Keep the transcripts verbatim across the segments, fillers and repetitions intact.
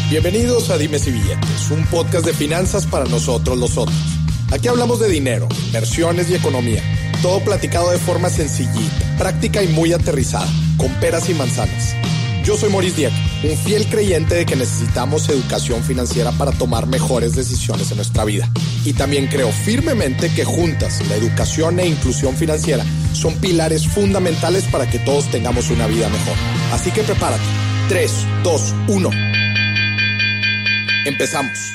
Bienvenidos a Dimes y Billetes, un podcast de finanzas para nosotros los otros. Aquí hablamos de dinero, inversiones y economía. Todo platicado de forma sencillita, práctica y muy aterrizada, con peras y manzanas. Yo soy Maurice Dieck, un fiel creyente de que necesitamos educación financiera para tomar mejores decisiones en nuestra vida. Y también creo firmemente que juntas, la educación e inclusión financiera son pilares fundamentales para que todos tengamos una vida mejor. Así que prepárate. tres, dos, uno. Empezamos.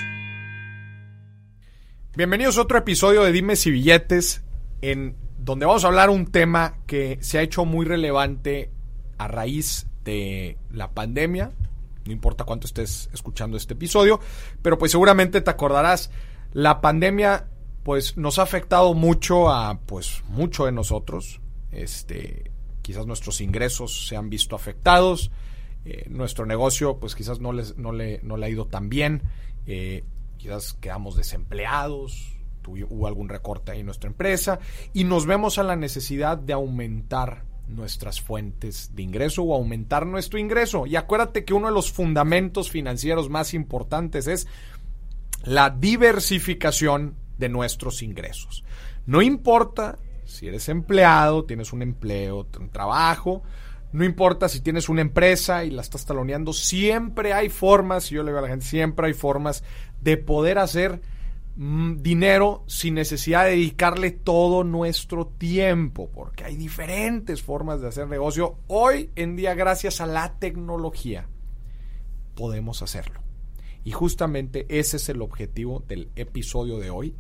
Bienvenidos a otro episodio de Dimes y Billetes, en donde vamos a hablar un tema que se ha hecho muy relevante a raíz de la pandemia. No importa cuánto estés escuchando este episodio, pero pues seguramente te acordarás, la pandemia pues nos ha afectado mucho a pues mucho de nosotros. Este, quizás nuestros ingresos se han visto afectados. Eh, nuestro negocio pues quizás no, les, no, le, no le ha ido tan bien, eh, quizás quedamos desempleados, tuvo, hubo algún recorte ahí en nuestra empresa y nos vemos a la necesidad de aumentar nuestras fuentes de ingreso o aumentar nuestro ingreso. Y acuérdate que uno de los fundamentos financieros más importantes es la diversificación de nuestros ingresos. No importa si eres empleado, tienes un empleo, un trabajo. No importa si tienes una empresa y la estás taloneando, siempre hay formas, yo le digo a la gente, siempre hay formas de poder hacer mmm, dinero sin necesidad de dedicarle todo nuestro tiempo, porque hay diferentes formas de hacer negocio. Hoy en día, gracias a la tecnología, podemos hacerlo. Y justamente ese es el objetivo del episodio de hoy.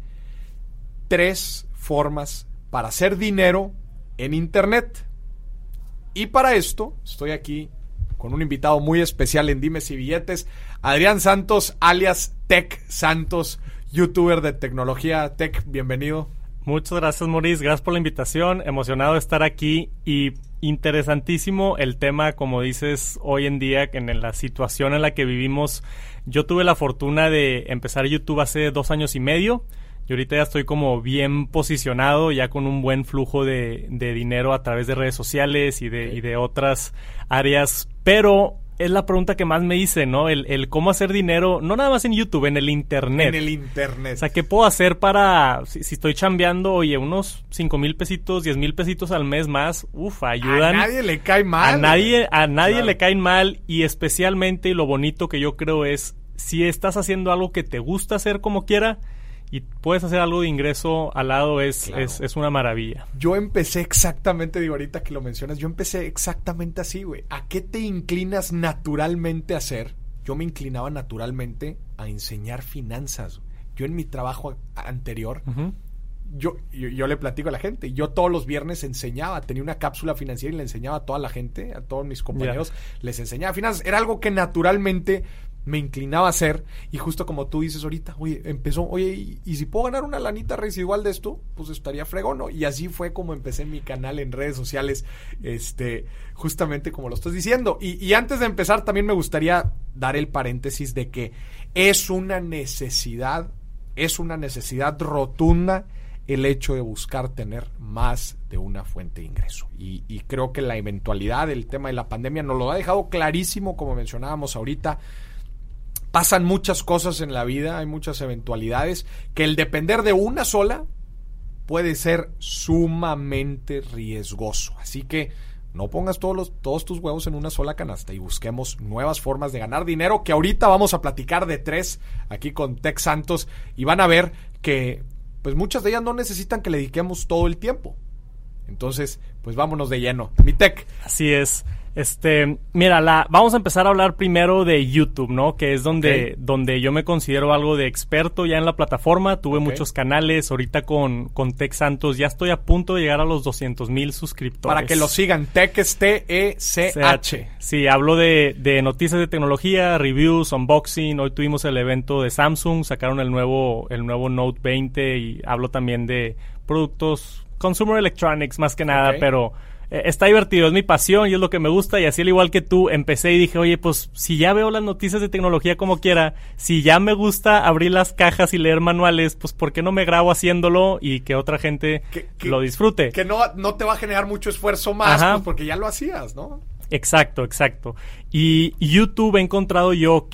Tres formas para hacer dinero en Internet. Y para esto, estoy aquí con un invitado muy especial en Dimes y Billetes, Adrián Santos, alias Tech Santos, youtuber de tecnología. Tech, bienvenido. Muchas gracias, Maurice. Gracias por la invitación. Emocionado de estar aquí y interesantísimo el tema, como dices, hoy en día, en la situación en la que vivimos. Yo tuve la fortuna de empezar YouTube hace dos años y medio. Y ahorita ya estoy como bien posicionado, ya con un buen flujo de, de dinero a través de redes sociales y de, y de otras áreas. Pero es la pregunta que más me hice, ¿no? El, el cómo hacer dinero, no nada más en YouTube, en el Internet. En el Internet. O sea, ¿qué puedo hacer para, si, si estoy chambeando, oye, unos cinco mil pesitos, diez mil pesitos al mes más? Uf, ayudan. A nadie le cae mal. A nadie, a nadie claro. le caen mal, y especialmente, y lo bonito que yo creo es, si estás haciendo algo que te gusta hacer como quiera, y puedes hacer algo de ingreso al lado, es, claro. es, es una maravilla. Yo empecé exactamente, digo, ahorita que lo mencionas, yo empecé exactamente así, güey. ¿A qué te inclinas naturalmente a hacer? Yo me inclinaba naturalmente a enseñar finanzas. Yo en mi trabajo anterior, uh-huh. yo, yo, yo le platico a la gente, yo todos los viernes enseñaba, tenía una cápsula financiera y le enseñaba a toda la gente, a todos mis compañeros, yeah. les enseñaba finanzas. Era algo que naturalmente me inclinaba a hacer, y justo como tú dices ahorita, oye, empezó, oye, y, y si puedo ganar una lanita residual de esto, pues estaría fregón, ¿no? Y así fue como empecé mi canal en redes sociales, este, justamente como lo estás diciendo. Y, y antes de empezar, también me gustaría dar el paréntesis de que es una necesidad, es una necesidad rotunda el hecho de buscar tener más de una fuente de ingreso. Y, y creo que la eventualidad del tema de la pandemia nos lo ha dejado clarísimo, como mencionábamos ahorita. Pasan muchas cosas en la vida, hay muchas eventualidades, que el depender de una sola puede ser sumamente riesgoso. Así que no pongas todos, los, todos tus huevos en una sola canasta y busquemos nuevas formas de ganar dinero, que ahorita vamos a platicar de tres aquí con Tech Santos, y van a ver que pues muchas de ellas no necesitan que le dediquemos todo el tiempo. Entonces, pues vámonos de lleno. Mi Tech. Así es. Este, mira, la, vamos a empezar a hablar primero de YouTube, ¿no? Que es donde, okay. donde yo me considero algo de experto ya en la plataforma. Tuve okay. muchos canales. Ahorita con, con Tech Santos ya estoy a punto de llegar a los doscientos mil suscriptores. Para que lo sigan. Tech es T E C H. Sí, hablo de, de noticias de tecnología, reviews, unboxing. Hoy tuvimos el evento de Samsung. Sacaron el nuevo, el nuevo Note veinte, y hablo también de productos consumer electronics más que nada, okay. pero está divertido, es mi pasión y es lo que me gusta, y así al igual que tú, empecé y dije, oye, pues si ya veo las noticias de tecnología como quiera, si ya me gusta abrir las cajas y leer manuales, pues ¿por qué no me grabo haciéndolo y que otra gente que, que, lo disfrute? Que no, no te va a generar mucho esfuerzo más, pues, porque ya lo hacías, ¿no? Exacto, exacto. Y YouTube he encontrado yo que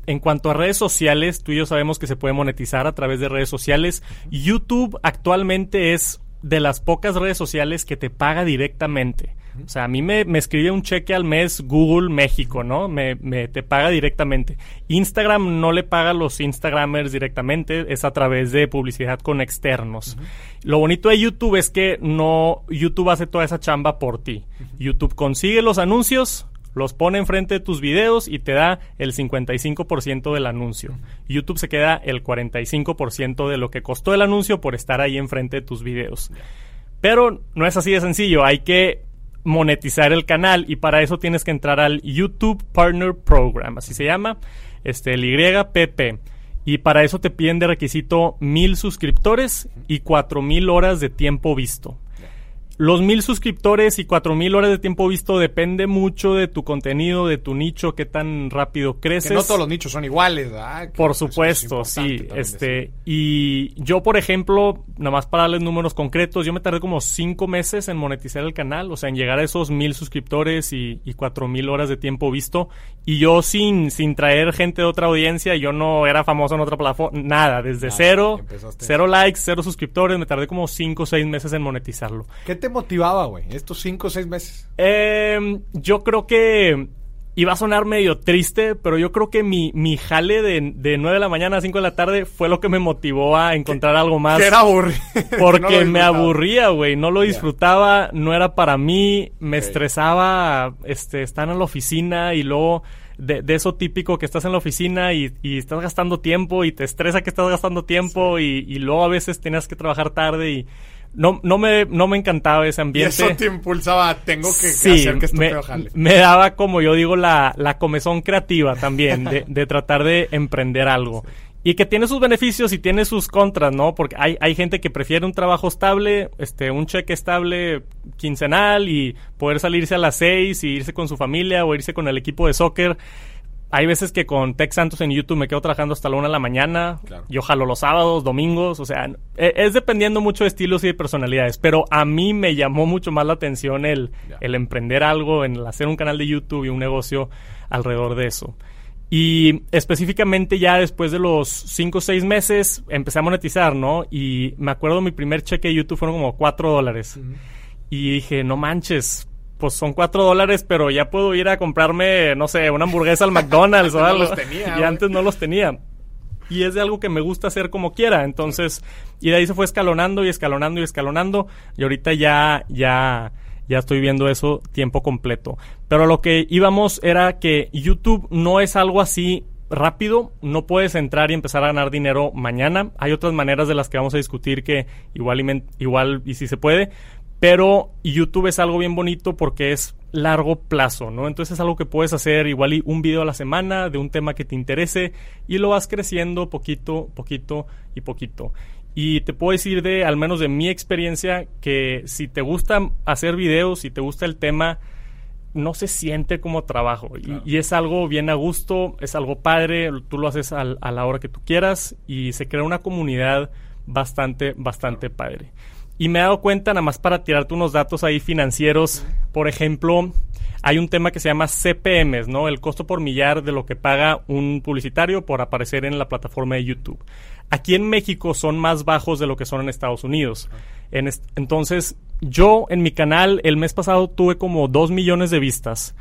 en cuanto a redes sociales, tú y yo sabemos que se puede monetizar a través de redes sociales. YouTube actualmente es de las pocas redes sociales que te paga directamente. O sea, a mí me, me escribe un cheque al mes Google México, ¿no? Me, me te paga directamente. Instagram no le paga a los Instagramers directamente, es a través de publicidad con externos. Uh-huh. Lo bonito de YouTube es que no YouTube hace toda esa chamba por ti. Uh-huh. YouTube consigue los anuncios, los pone enfrente de tus videos y te da el cincuenta y cinco por ciento del anuncio. Uh-huh. YouTube se queda el cuarenta y cinco por ciento de lo que costó el anuncio por estar ahí enfrente de tus videos. Uh-huh. Pero no es así de sencillo, hay que monetizar el canal y para eso tienes que entrar al YouTube Partner Program, así se llama, este, el Y P P. Y para eso te piden de requisito mil suscriptores y cuatro mil horas de tiempo visto. Los mil suscriptores y cuatro mil horas de tiempo visto depende mucho de tu contenido, de tu nicho, qué tan rápido creces. Que no todos los nichos son iguales, ¿verdad? Que por supuesto, sí. Este, decir. Y yo, por ejemplo, nada más para darles números concretos, yo me tardé como cinco meses en monetizar el canal, o sea, en llegar a esos mil suscriptores y, y cuatro mil horas de tiempo visto. Y yo sin, sin traer gente de otra audiencia, yo no era famoso en otra plataforma, nada, desde nada, cero, cero likes, cero suscriptores, me tardé como cinco o seis meses en monetizarlo. ¿Qué te motivaba, güey, estos cinco o seis meses? Eh, yo creo que iba a sonar medio triste, pero yo creo que mi, mi jale de, de nueve de la mañana a cinco de la tarde fue lo que me motivó a encontrar algo más. Que era aburrido. Porque no me aburría, güey. No lo disfrutaba, yeah. No era para mí. Me okay. estresaba este, estar en la oficina y luego de, de eso típico que estás en la oficina y, y estás gastando tiempo y te estresa que estás gastando tiempo sí. y, y luego a veces tenías que trabajar tarde y No, no me, no me encantaba ese ambiente. Y eso te impulsaba, tengo que, sí, que hacer que esto me, te jale. Me daba, como yo digo, la, la comezón creativa también, de, de tratar de emprender algo. Sí. Y que tiene sus beneficios y tiene sus contras, ¿no? Porque hay, hay gente que prefiere un trabajo estable, este, un cheque estable quincenal y poder salirse a las seis y irse con su familia o irse con el equipo de soccer. Hay veces que con Tech Santos en YouTube me quedo trabajando hasta la una de la mañana. Claro. Yo jalo los sábados, domingos. O sea, es dependiendo mucho de estilos y de personalidades. Pero a mí me llamó mucho más la atención el, yeah. el emprender algo, el hacer un canal de YouTube y un negocio alrededor de eso. Y específicamente ya después de los cinco o seis meses empecé a monetizar, ¿no? Y me acuerdo mi primer cheque de YouTube fueron como cuatro dólares. Uh-huh. Y dije, no manches, pues son cuatro dólares, pero ya puedo ir a comprarme, no sé, una hamburguesa al McDonald's o algo. No los tenía, y antes no los tenía. Y es de algo que me gusta hacer como quiera. Entonces, y de ahí se fue escalonando y escalonando y escalonando. Y ahorita ya, ya, ya estoy viendo eso tiempo completo. Pero lo que íbamos era que YouTube no es algo así rápido. No puedes entrar y empezar a ganar dinero mañana. Hay otras maneras de las que vamos a discutir que igual y, men- igual y si se puede. Pero YouTube es algo bien bonito porque es largo plazo, ¿no? Entonces es algo que puedes hacer igual y un video a la semana de un tema que te interese y lo vas creciendo poquito, poquito y poquito. Y te puedo decir de, al menos de mi experiencia, que si te gusta hacer videos, si te gusta el tema, no se siente como trabajo. Claro. Y, y es algo bien a gusto, es algo padre, tú lo haces al, a la hora que tú quieras y se crea una comunidad bastante, bastante claro. padre. Y me he dado cuenta, nada más para tirarte unos datos ahí financieros, por ejemplo, hay un tema que se llama C P Ms, ¿no? El costo por millar de lo que paga un publicitario por aparecer en la plataforma de YouTube. Aquí en México son más bajos de lo que son en Estados Unidos. En est- entonces, yo en mi canal el mes pasado tuve como dos millones de vistas.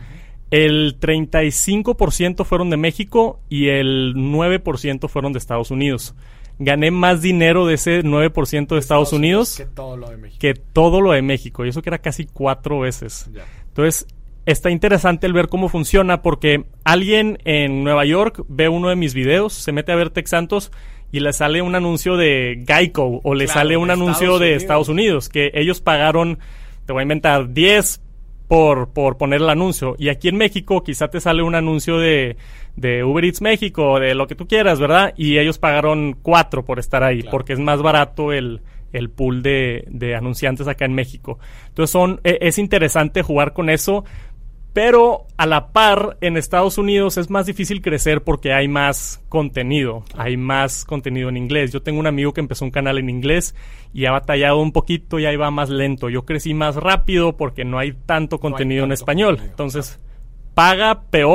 El treinta y cinco por ciento fueron de México y el nueve por ciento fueron de Estados Unidos. Gané más dinero de ese nueve por ciento de Estados, Estados Unidos, Unidos que todo lo de México. Que todo lo de México. Y eso que era casi cuatro veces. Yeah. Entonces, está interesante el ver cómo funciona porque alguien en Nueva York ve uno de mis videos, se mete a ver Tech Santos y le sale un anuncio de Geico o le claro, sale un anuncio de Unidos. Estados Unidos que ellos pagaron, te voy a inventar, diez por, por poner el anuncio. Y aquí en México quizá te sale un anuncio de... de Uber Eats México, de lo que tú quieras, ¿verdad? Y ellos pagaron cuatro por estar ahí, claro. porque es más barato el, el pool de, de anunciantes acá en México. Entonces son, es interesante jugar con eso, pero a la par en Estados Unidos es más difícil crecer porque hay más contenido, hay más contenido en inglés. Yo tengo un amigo que empezó un canal en inglés y ha batallado un poquito y ahí va más lento. Yo crecí más rápido porque no hay tanto contenido no hay tanto en español. Contenido, entonces... Claro. Paga peor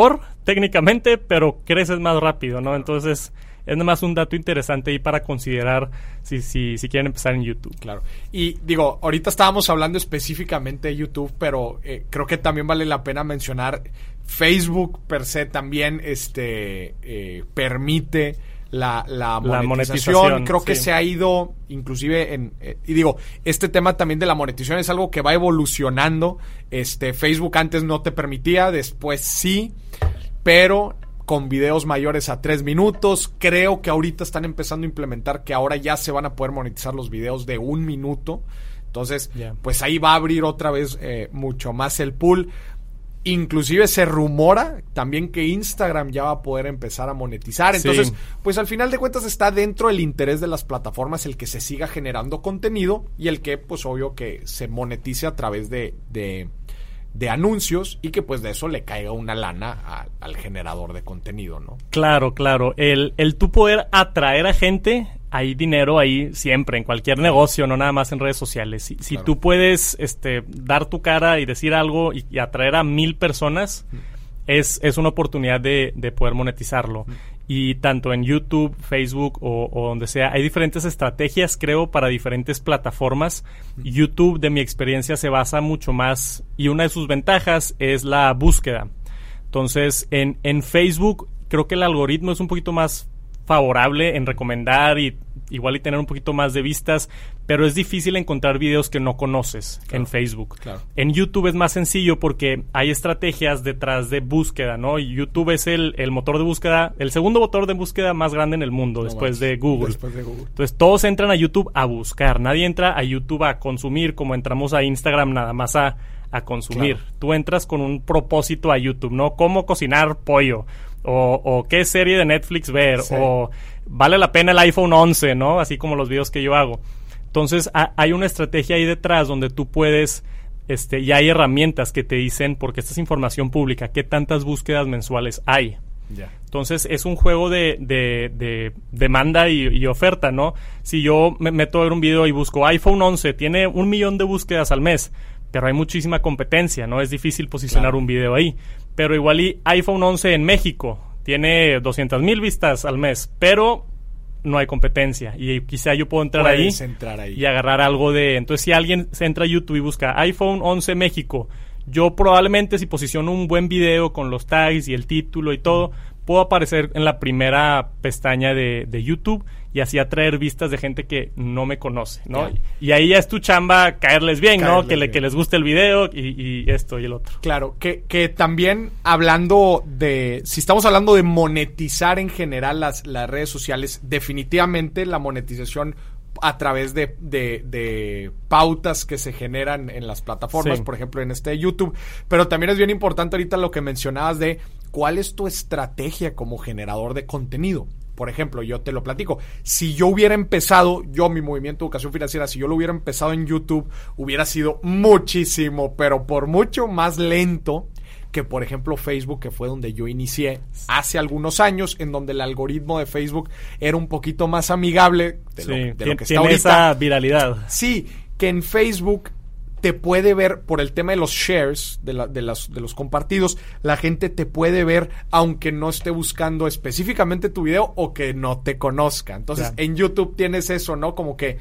técnicamente, pero creces más rápido, ¿no? Entonces, es nada más un dato interesante ahí para considerar si, si, si quieren empezar en YouTube. Claro. Y digo, ahorita estábamos hablando específicamente de YouTube, pero eh, creo que también vale la pena mencionar Facebook per se también este eh, permite la, la, monetización. la monetización. Creo que sí. se ha ido inclusive en... Eh, y digo, este tema también de la monetización es algo que va evolucionando. Este Facebook antes no te permitía, después sí, pero... con videos mayores a tres minutos. Creo que ahorita están empezando a implementar que ahora ya se van a poder monetizar los videos de un minuto. Entonces, yeah. pues ahí va a abrir otra vez eh, mucho más el pool. Inclusive se rumora también que Instagram ya va a poder empezar a monetizar. Entonces, sí. pues al final de cuentas está dentro del interés de las plataformas el que se siga generando contenido y el que, pues obvio que se monetice a través de... de de anuncios y que pues de eso le caiga una lana a, al generador de contenido, ¿no? Claro, claro. El, el tú poder atraer a gente, hay dinero ahí siempre, en cualquier negocio, no nada más en redes sociales. Si, si claro. tú puedes este, dar tu cara y decir algo y, y atraer a mil personas, mm. es, es una oportunidad de, de poder monetizarlo. Mm. Y tanto en YouTube, Facebook o, o donde sea, hay diferentes estrategias, creo, para diferentes plataformas. Mm. YouTube, de mi experiencia, se basa mucho más, y una de sus ventajas es la búsqueda. Entonces, en, en Facebook, creo que el algoritmo es un poquito más favorable en recomendar y igual y tener un poquito más de vistas, pero es difícil encontrar videos que no conoces claro, en Facebook. Claro. En YouTube es más sencillo porque hay estrategias detrás de búsqueda, ¿no? Y YouTube es el, el motor de búsqueda, el segundo motor de búsqueda más grande en el mundo, no después, de Google. después de Google. Entonces todos entran a YouTube a buscar, nadie entra a YouTube a consumir como entramos a Instagram nada más a, a consumir. Claro. Tú entras con un propósito a YouTube, ¿no? Cómo cocinar pollo. O, o qué serie de Netflix ver, sí. o vale la pena el iPhone once, ¿no? Así como los videos que yo hago. Entonces, a, hay una estrategia ahí detrás donde tú puedes, este, y hay herramientas que te dicen, porque esta es información pública, qué tantas búsquedas mensuales hay. Yeah. Entonces, es un juego de, de, de demanda y, y oferta, ¿no? Si yo me meto a ver un video y busco iPhone once, tiene un millón de búsquedas al mes, pero hay muchísima competencia, ¿no? Es difícil posicionar claro. un video ahí. Pero igual y iPhone once en México tiene doscientas mil vistas al mes, pero no hay competencia. Y quizá yo puedo entrar ahí, entrar ahí y agarrar algo de... Entonces, si alguien se entra a YouTube y busca iPhone once México, yo probablemente si posiciono un buen video con los tags y el título y todo, puedo aparecer en la primera pestaña de, de YouTube y así atraer vistas de gente que no me conoce, ¿no? Yeah. Y ahí ya es tu chamba caerles bien, caerles ¿no? Que, le, que les guste el video y, y esto y el otro. Claro, que, que también hablando de... Si estamos hablando de monetizar en general las, las redes sociales, definitivamente la monetización a través de, de, de pautas que se generan en las plataformas, sí. por ejemplo en este YouTube, pero también es bien importante ahorita lo que mencionabas de cuál es tu estrategia como generador de contenido. Por ejemplo, yo te lo platico, si yo hubiera empezado, yo mi movimiento de educación financiera, si yo lo hubiera empezado en YouTube, hubiera sido muchísimo, pero por mucho más lento que, por ejemplo, Facebook, que fue donde yo inicié hace algunos años, en donde el algoritmo de Facebook era un poquito más amigable de sí, lo, de tiene, lo que está tiene ahorita. Esa viralidad. Sí, que en Facebook te puede ver, por el tema de los shares, de, la, de, las, de los compartidos, la gente te puede ver aunque no esté buscando específicamente tu video o que no te conozca. Entonces, yeah. en YouTube tienes eso, ¿no? Como que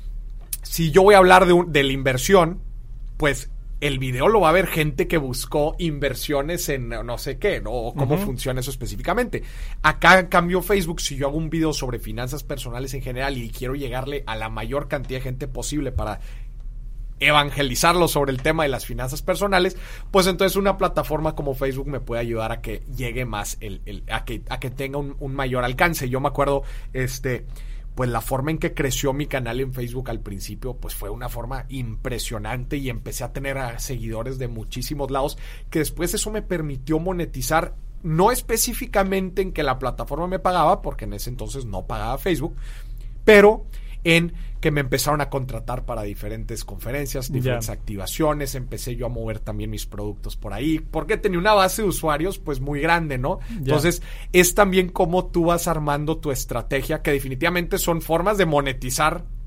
si yo voy a hablar de, un, de la inversión, pues el video lo va a ver gente que buscó inversiones en no sé qué, ¿no? O cómo uh-huh. funciona eso específicamente. Acá, en cambio, Facebook, si yo hago un video sobre finanzas personales en general y quiero llegarle a la mayor cantidad de gente posible para evangelizarlo sobre el tema de las finanzas personales, pues entonces una plataforma como Facebook me puede ayudar a que llegue más, el, el a que a que tenga un, un mayor alcance. Yo me acuerdo, este... pues la forma en que creció mi canal en Facebook al principio, pues fue una forma impresionante y empecé a tener a seguidores de muchísimos lados, que después eso me permitió monetizar, no específicamente en que la plataforma me pagaba, porque en ese entonces no pagaba Facebook, pero en que me empezaron a contratar para diferentes conferencias, diferentes yeah. activaciones, empecé yo a mover también mis productos por ahí, porque tenía una base de usuarios pues muy grande, ¿no? Yeah. Entonces, es también cómo tú vas armando tu estrategia, que definitivamente son formas de monetizar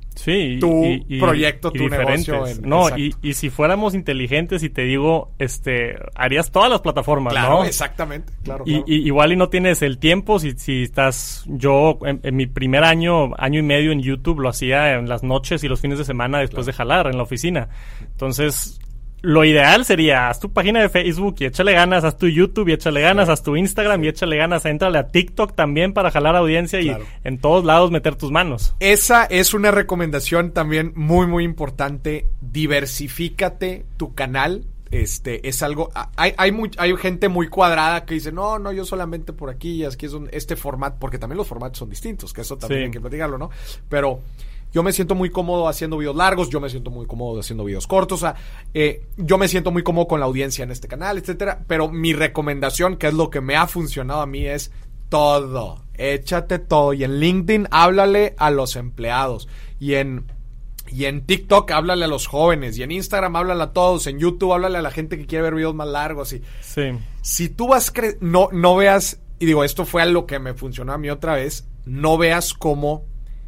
sí, tu y, y, proyecto, y tu negocio. En, en, no, y, y si fuéramos inteligentes y te digo, este, harías todas las plataformas, claro, ¿no? Exactamente, claro, Y, claro. y igual y no tienes el tiempo, si, si estás, yo en, en mi primer año, año y medio en YouTube lo hacía en las noches y los fines de semana después claro. de jalar en la oficina. Entonces, lo ideal sería, haz tu página de Facebook y échale ganas, haz tu YouTube y échale ganas, sí. haz tu Instagram sí. y échale ganas, éntrale a TikTok también para jalar audiencia claro. y en todos lados meter tus manos. Esa es una recomendación también muy, muy importante. Diversifícate tu canal. Este, es algo, hay, hay muy, hay gente muy cuadrada que dice, no, no, yo solamente por aquí, y aquí es un, este formato, porque también los formatos son distintos, que eso también sí. hay que platicarlo, ¿no? Pero yo me siento muy cómodo haciendo videos largos, yo me siento muy cómodo haciendo videos cortos, o sea, eh, yo me siento muy cómodo con la audiencia en este canal, etcétera, pero mi recomendación, que es lo que me ha funcionado a mí, es todo, échate todo, y en LinkedIn háblale a los empleados, y en Y en TikTok háblale a los jóvenes, y en Instagram háblale a todos, en YouTube háblale a la gente que quiere ver videos más largos. Y sí. Si tú vas, cre- no, no veas, y digo, esto fue lo que me funcionó a mí otra vez, no veas cómo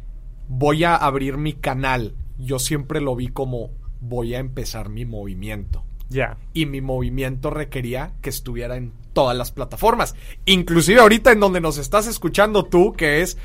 voy a abrir mi canal. Yo siempre lo vi como voy a empezar mi movimiento. Ya. Yeah. Y mi movimiento requería que estuviera en todas las plataformas. Inclusive ahorita en donde nos estás escuchando tú, que es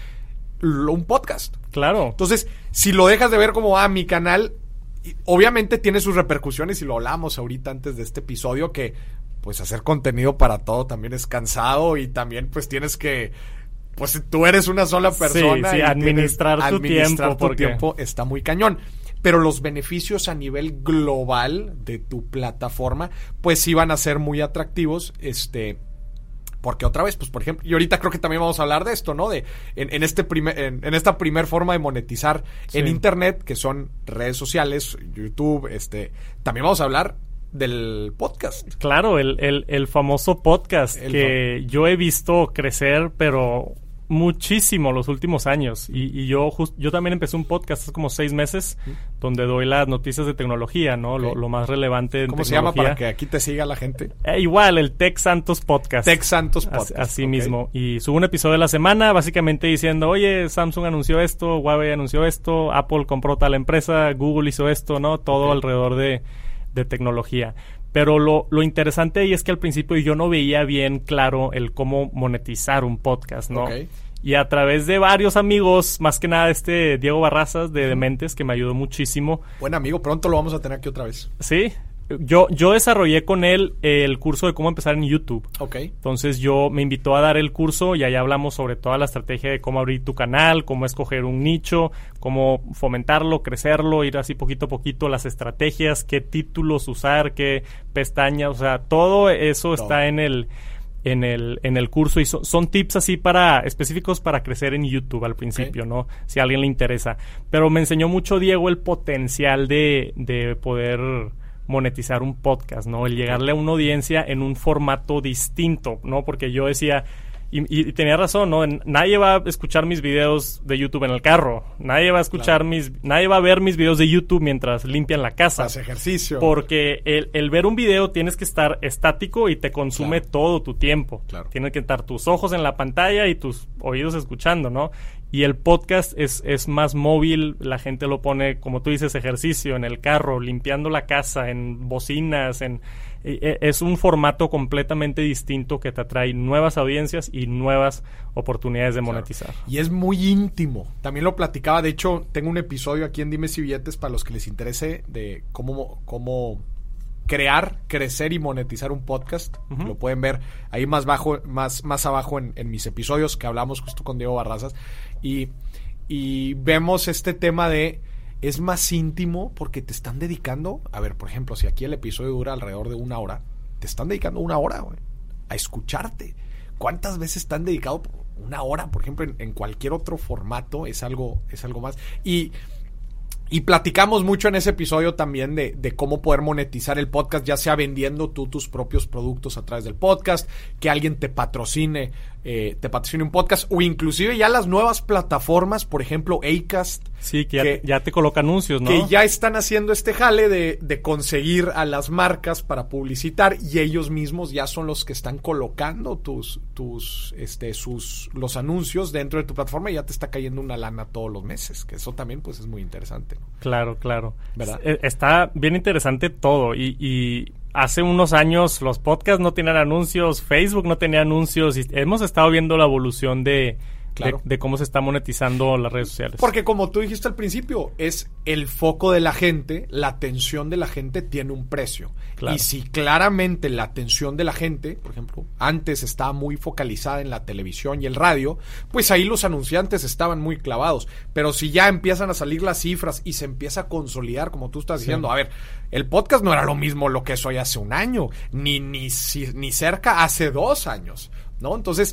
un podcast. Claro. Entonces, si lo dejas de ver como, ah, mi canal, obviamente tiene sus repercusiones, y lo hablamos ahorita antes de este episodio, que pues hacer contenido para todo también es cansado, y también pues tienes que, pues tú eres una sola persona. Sí, sí, y administrar tu administrar tiempo. tu porque... tiempo está muy cañón. Pero los beneficios a nivel global de tu plataforma, pues sí van a ser muy atractivos, este... Porque otra vez, pues por ejemplo, y ahorita creo que también vamos a hablar de esto, ¿no? De en, en este primer, en, en esta primer forma de monetizar sí. en internet, que son redes sociales, YouTube, este, también vamos a hablar del podcast. Claro, el, el, el famoso podcast el que fam- yo he visto crecer, pero muchísimo los últimos años. Y, y yo just, yo también empecé un podcast hace como seis meses, ¿sí? donde doy las noticias de tecnología, ¿no? Okay. Lo, lo más relevante en ¿Cómo tecnología. se llama para que aquí te siga la gente? Eh, igual, el Tech Santos Podcast. Tech Santos Podcast. Así, así okay. mismo. Y subo un episodio a la semana, básicamente diciendo, oye, Samsung anunció esto, Huawei anunció esto, Apple compró tal empresa, Google hizo esto, ¿no? Todo okay. alrededor de, de tecnología. Pero lo, lo interesante ahí es que al principio yo no veía bien claro el cómo monetizar un podcast, ¿no? Okay. Y a través de varios amigos, más que nada este Diego Barrazas de Dementes, que me ayudó muchísimo. Buen amigo, pronto lo vamos a tener aquí otra vez. Sí, yo, yo desarrollé con él el curso de cómo empezar en YouTube. Ok. Entonces yo me invitó a dar el curso y allá hablamos sobre toda la estrategia de cómo abrir tu canal, cómo escoger un nicho, cómo fomentarlo, crecerlo, ir así poquito a poquito, las estrategias, qué títulos usar, qué pestañas, o sea, todo eso todo. está en el... en el en el curso, y so, son tips así para específicos para crecer en YouTube al principio, okay. ¿no? Si a alguien le interesa. Pero me enseñó mucho Diego el potencial de, de poder monetizar un podcast, ¿no? El llegarle a una audiencia en un formato distinto, ¿no? Porque yo decía... Y, y tenía razón, ¿no? Nadie va a escuchar mis videos de YouTube en el carro. Nadie va a escuchar claro. mis... Nadie va a ver mis videos de YouTube mientras limpian la casa. Hace ejercicio. Porque el, el ver un video tienes que estar estático y te consume claro. todo tu tiempo. Claro. Tienen que estar tus ojos en la pantalla y tus oídos escuchando, ¿no? Y el podcast es, es más móvil. La gente lo pone, como tú dices, ejercicio, en el carro, limpiando la casa, en bocinas, en... Es un formato completamente distinto que te atrae nuevas audiencias y nuevas oportunidades de monetizar. Claro. Y es muy íntimo. También lo platicaba. De hecho, tengo un episodio aquí en Dime Si Billetes para los que les interese de cómo, cómo crear, crecer y monetizar un podcast. Uh-huh. Lo pueden ver ahí más bajo, más, más abajo en, en mis episodios que hablamos justo con Diego Barrazas. Y, y vemos este tema de... Es más íntimo porque te están dedicando... A ver, por ejemplo, si aquí el episodio dura alrededor de una hora, te están dedicando una hora, güey, a escucharte. ¿Cuántas veces te han dedicado una hora? Por ejemplo, en, en cualquier otro formato es algo, es algo más. Y, y platicamos mucho en ese episodio también de, de cómo poder monetizar el podcast, ya sea vendiendo tú tus propios productos a través del podcast, que alguien te patrocine eh, te patrocine un podcast, o inclusive ya las nuevas plataformas, por ejemplo, Acast. Sí, que, que ya, ya te coloca anuncios, ¿no? Que ya están haciendo este jale de, de conseguir a las marcas para publicitar, y ellos mismos ya son los que están colocando tus, tus, este, sus, los anuncios dentro de tu plataforma, y ya te está cayendo una lana todos los meses, que eso también pues es muy interesante, ¿no? Claro, claro. ¿Verdad? Es, está bien interesante todo, y, y hace unos años los podcasts no tenían anuncios, Facebook no tenía anuncios, y hemos estado viendo la evolución de... Claro. De, de cómo se está monetizando las redes sociales. Porque como tú dijiste al principio, es el foco de la gente, la atención de la gente tiene un precio. Claro. Y si claramente la atención de la gente, por ejemplo, antes estaba muy focalizada en la televisión y el radio, pues ahí los anunciantes estaban muy clavados. Pero si ya empiezan a salir las cifras y se empieza a consolidar, como tú estás diciendo, sí. A ver, el podcast no era lo mismo lo que es hoy hace un año, ni, ni, ni cerca hace dos años, ¿no? Entonces...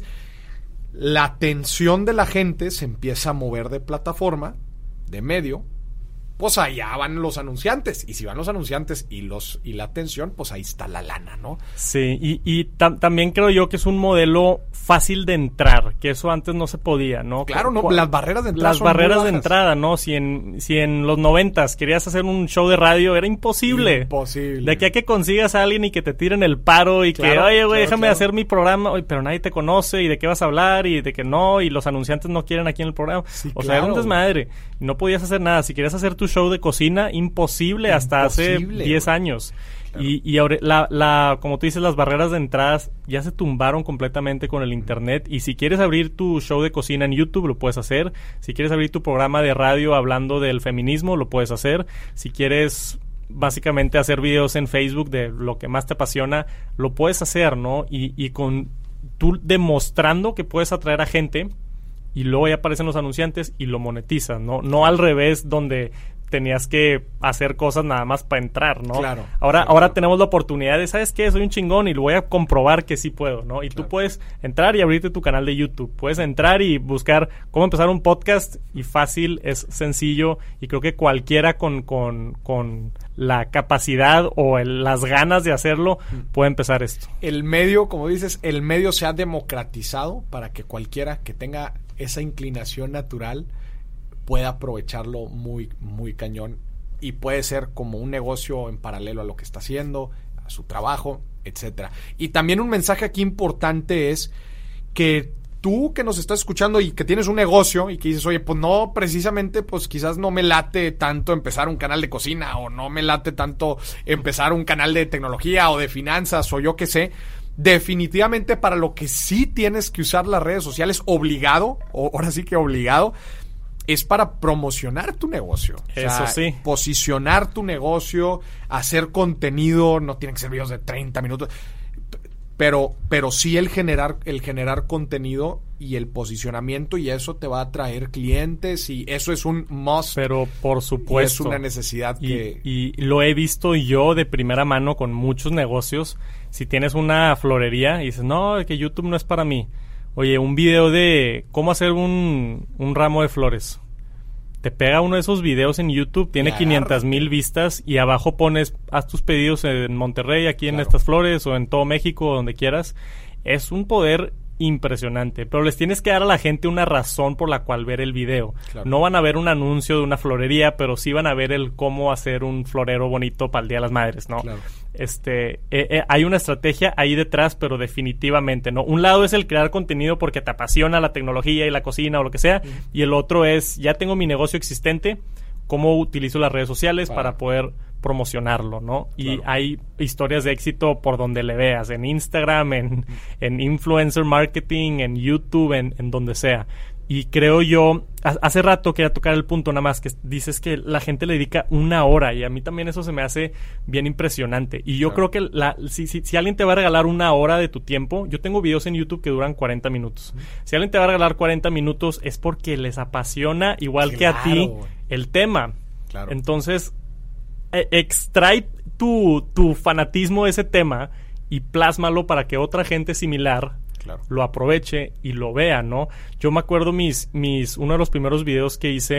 la atención de la gente se empieza a mover de plataforma, de medio, pues allá van los anunciantes. Y si van los anunciantes y los y la atención, pues ahí está la lana, ¿no? Sí, y, y tam- también creo yo que es un modelo fácil de entrar, que eso antes no se podía, ¿no? Claro, no, las barreras de entrada Las son barreras muy de bajas. entrada, ¿no? Si en, si en los noventas querías hacer un show de radio, era imposible. Imposible. De aquí a que consigas a alguien y que te tiren el paro y Claro, que, oye, güey, claro, déjame claro. hacer mi programa, oye, pero nadie te conoce y de qué vas a hablar y de que no, y los anunciantes no quieren aquí en el programa. Sí, o sea, era un claro. desmadre. No podías hacer nada. Si querías hacer tu show de cocina, imposible hasta Imposible, hace diez güey. años. Claro. Y, y ahora, la, la, como tú dices, las barreras de entradas ya se tumbaron completamente con el internet. Y si quieres abrir tu show de cocina en YouTube, lo puedes hacer. Si quieres abrir tu programa de radio hablando del feminismo, lo puedes hacer. Si quieres básicamente hacer videos en Facebook de lo que más te apasiona, lo puedes hacer, ¿no? Y, y con tú demostrando que puedes atraer a gente, y luego ya aparecen los anunciantes y lo monetizas, ¿no? No al revés, donde tenías que hacer cosas nada más para entrar, ¿no? Claro. Ahora, claro, ahora claro. tenemos la oportunidad de, ¿sabes qué? Soy un chingón y lo voy a comprobar que sí puedo, ¿no? Y Claro. tú puedes entrar y abrirte tu canal de YouTube. Puedes entrar y buscar cómo empezar un podcast, y fácil, es sencillo, y creo que cualquiera con, con, con la capacidad o el, las ganas de hacerlo puede empezar esto. El medio, como dices, el medio se ha democratizado para que cualquiera que tenga esa inclinación natural pueda aprovecharlo muy, muy cañón, y puede ser como un negocio en paralelo a lo que está haciendo, a su trabajo, etcétera. Y también un mensaje aquí importante es que tú que nos estás escuchando y que tienes un negocio y que dices, oye, pues no, precisamente, pues quizás no me late tanto empezar un canal de cocina, o no me late tanto empezar un canal de tecnología o de finanzas o yo qué sé. Definitivamente para lo que sí tienes que usar las redes sociales obligado, o ahora sí que obligado, es para promocionar tu negocio. O Eso sea, sí. posicionar tu negocio, hacer contenido, no tienen que ser videos de treinta minutos, pero, pero sí el generar, el generar contenido y el posicionamiento, y eso te va a traer clientes, y eso es un must. Pero por Y supuesto. es una necesidad Y, que... y lo he visto yo de primera mano con muchos negocios. Si tienes una florería y dices, no, es que YouTube no es para mí. Oye, un video de cómo hacer un, un ramo de flores. Te pega uno de esos videos en YouTube, tiene Y quinientas mil agárrate. vistas, y abajo pones, haz tus pedidos en Monterrey, aquí en Claro. estas flores, o en todo México, donde quieras. Es un poder impresionante, pero les tienes que dar a la gente una razón por la cual ver el video. Claro. No van a ver un anuncio de una florería, pero sí van a ver el cómo hacer un florero bonito para el Día de las Madres, ¿no? Claro. Este, eh, eh, hay una estrategia ahí detrás, pero definitivamente, ¿no? Un lado es el crear contenido porque te apasiona la tecnología y la cocina o lo que sea, Uh-huh. y el otro es, ya tengo mi negocio existente, ¿cómo utilizo las redes sociales Claro. para poder promocionarlo, ¿no? Y Claro. hay historias de éxito por donde le veas, en Instagram, en, en influencer marketing, en YouTube, en, en donde sea. Y creo yo, ha- hace rato quería tocar el punto nada más, que dices que la gente le dedica una hora, y a mí también eso se me hace bien impresionante. Y yo Claro. creo que la, si, si, si alguien te va a regalar una hora de tu tiempo, yo tengo videos en YouTube que duran cuarenta minutos. Si alguien te va a regalar cuarenta minutos es porque les apasiona, igual que a ti, Claro. el tema. Claro. Entonces, eh, extrae tu, tu fanatismo de ese tema y plásmalo para que otra gente similar Claro. lo aproveche y lo vea, ¿no? Yo me acuerdo mis, mis, uno de los primeros videos que hice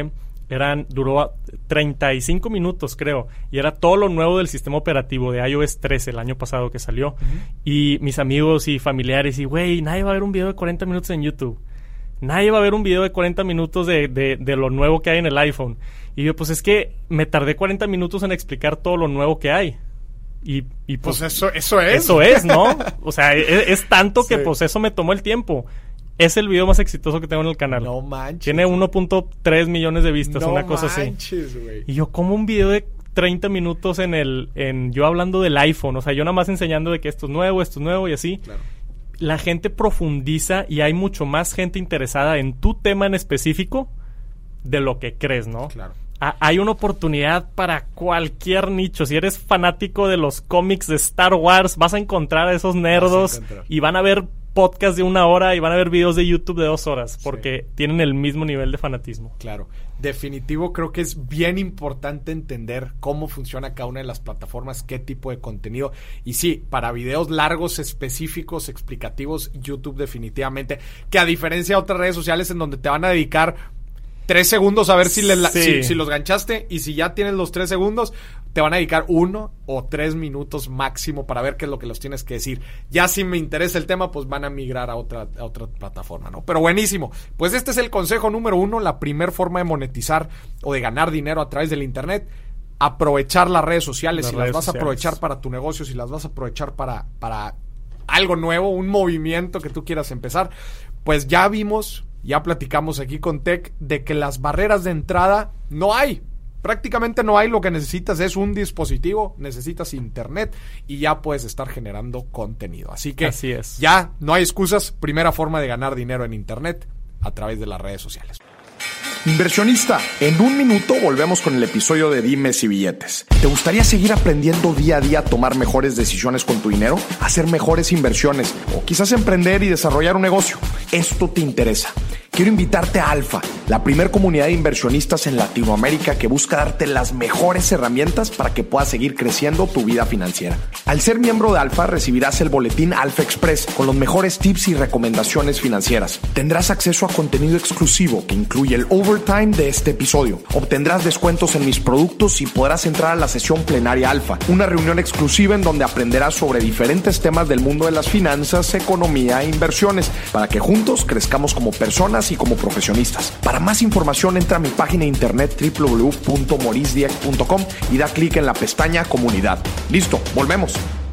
Eran, duró treinta y cinco minutos, creo. Y era todo lo nuevo del sistema operativo de iOS trece, el año pasado que salió. Uh-huh. Y mis amigos y familiares, y güey, nadie va a ver un video de cuarenta minutos en YouTube. Nadie va a ver un video de cuarenta minutos de, de, de lo nuevo que hay en el iPhone. Y yo, pues es que me tardé cuarenta minutos en explicar todo lo nuevo que hay. Y, y pues, pues eso, eso es. Eso es, ¿no? O sea, es, es tanto sí. que pues eso me tomó el tiempo. Es el video más exitoso que tengo en el canal. No manches. Tiene uno punto tres millones de vistas, no una cosa manches, así. Wey. Y yo, como un video de treinta minutos en el... en yo hablando del iPhone. O sea, yo nada más enseñando de que esto es nuevo, esto es nuevo y así. Claro. La gente profundiza y hay mucho más gente interesada en tu tema en específico de lo que crees, ¿no? Claro. A- hay una oportunidad para cualquier nicho. Si eres fanático de los cómics de Star Wars, vas a encontrar a esos nerdos y van a ver podcast de una hora y van a ver videos de YouTube de dos horas porque sí. tienen el mismo nivel de fanatismo. Claro. Definitivo, creo que es bien importante entender cómo funciona cada una de las plataformas, qué tipo de contenido. Y sí, para videos largos, específicos, explicativos, YouTube definitivamente. Que a diferencia de otras redes sociales en donde te van a dedicar tres segundos a ver si, le, sí. si, si los ganchaste, y si ya tienes los tres segundos, te van a dedicar uno o tres minutos máximo para ver qué es lo que los tienes que decir. Ya si me interesa el tema, pues van a migrar a otra, a otra plataforma, ¿no? Pero buenísimo. Pues este es el consejo número uno, la primer forma de monetizar o de ganar dinero a través del internet. Aprovechar las redes sociales. Las si redes las vas sociales. a aprovechar para tu negocio, si las vas a aprovechar para, para algo nuevo, un movimiento que tú quieras empezar, pues ya vimos... Ya platicamos aquí con Tech de que las barreras de entrada no hay. Prácticamente no hay. Lo que necesitas es un dispositivo, necesitas internet y ya puedes estar generando contenido. Así que Así es. ya no hay excusas. Primera forma de ganar dinero en internet a través de las redes sociales. Inversionista, en un minuto volvemos con el episodio de Dimes y Billetes. ¿Te gustaría seguir aprendiendo día a día a tomar mejores decisiones con tu dinero? Hacer mejores inversiones o quizás emprender y desarrollar un negocio. Esto te interesa. Quiero invitarte a Alfa, la primer comunidad de inversionistas en Latinoamérica que busca darte las mejores herramientas para que puedas seguir creciendo tu vida financiera. Al ser miembro de Alfa, recibirás el boletín Alfa Express con los mejores tips y recomendaciones financieras. Tendrás acceso a contenido exclusivo que incluye el overtime de este episodio. Obtendrás descuentos en mis productos y podrás entrar a la sesión plenaria Alfa, una reunión exclusiva en donde aprenderás sobre diferentes temas del mundo de las finanzas, economía e inversiones, para que juntos crezcamos como personas y como profesionistas. Para más información entra a mi página de internet doble u doble u doble u punto maurice dieck punto com y da clic en la pestaña Comunidad. Listo, volvemos.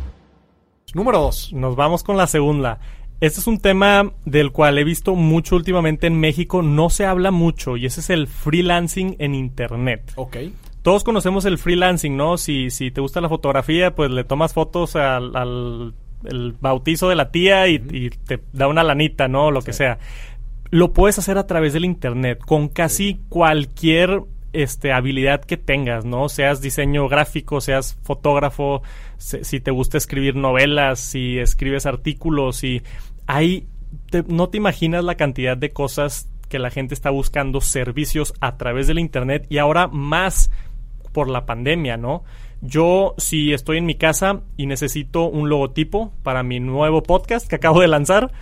Número dos. Nos vamos con la segunda. Este es un tema del cual he visto mucho últimamente en México. No se habla mucho y ese es el freelancing en internet. Ok. Todos conocemos el freelancing, ¿no? Si, si te gusta la fotografía, pues le tomas fotos al, al el bautizo de la tía y, uh-huh. y te da una lanita, ¿no? Lo sí. que sea. Lo puedes hacer a través del internet con casi sí. cualquier este, habilidad que tengas, ¿no? Seas diseño gráfico, seas fotógrafo, se, si te gusta escribir novelas, si escribes artículos, si hay... Te, no te imaginas la cantidad de cosas que la gente está buscando servicios a través del internet y ahora más por la pandemia, ¿no? Yo, si estoy en mi casa y necesito un logotipo para mi nuevo podcast que acabo de lanzar,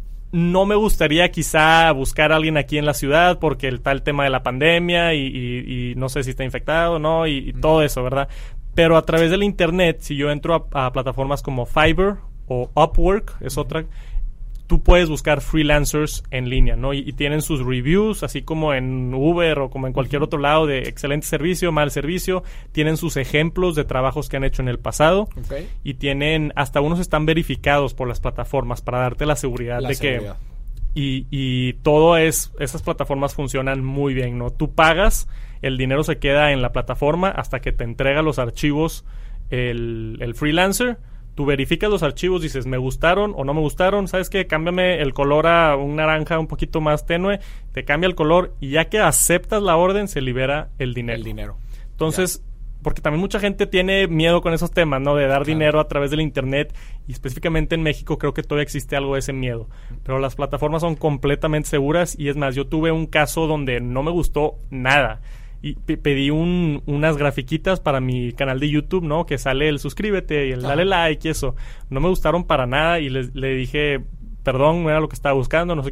no me gustaría quizá buscar a alguien aquí en la ciudad porque está el tema de la pandemia y, y, y no sé si está infectado o no y, y mm. todo eso, ¿verdad? Pero a través del internet, si yo entro a, a plataformas como Fiverr o Upwork, es mm. otra, tú puedes buscar freelancers en línea, ¿no? Y, y tienen sus reviews, así como en Uber o como en cualquier otro lado de excelente servicio, mal servicio. Tienen sus ejemplos de trabajos que han hecho en el pasado. Okay. Y tienen, hasta unos están verificados por las plataformas para darte la seguridad la de seguridad. que... Y, y todo es... Esas plataformas funcionan muy bien, ¿no? Tú pagas, el dinero se queda en la plataforma hasta que te entrega los archivos el, el freelancer. Tú verificas los archivos, dices, ¿me gustaron o no me gustaron? ¿Sabes qué? Cámbiame el color a un naranja un poquito más tenue. Te cambia el color y ya que aceptas la orden, se libera el dinero. El dinero. Entonces, ya. Porque también mucha gente tiene miedo con esos temas, ¿no? De dar claro. dinero a través del internet. Y específicamente en México creo que todavía existe algo de ese miedo. Pero las plataformas son completamente seguras. Y es más, yo tuve un caso donde no me gustó nada. Y p- pedí un, unas grafiquitas para mi canal de YouTube, ¿no? Que sale el suscríbete y el dale like y eso. No me gustaron para nada y les, le dije, perdón, no era lo que estaba buscando, no sé qué.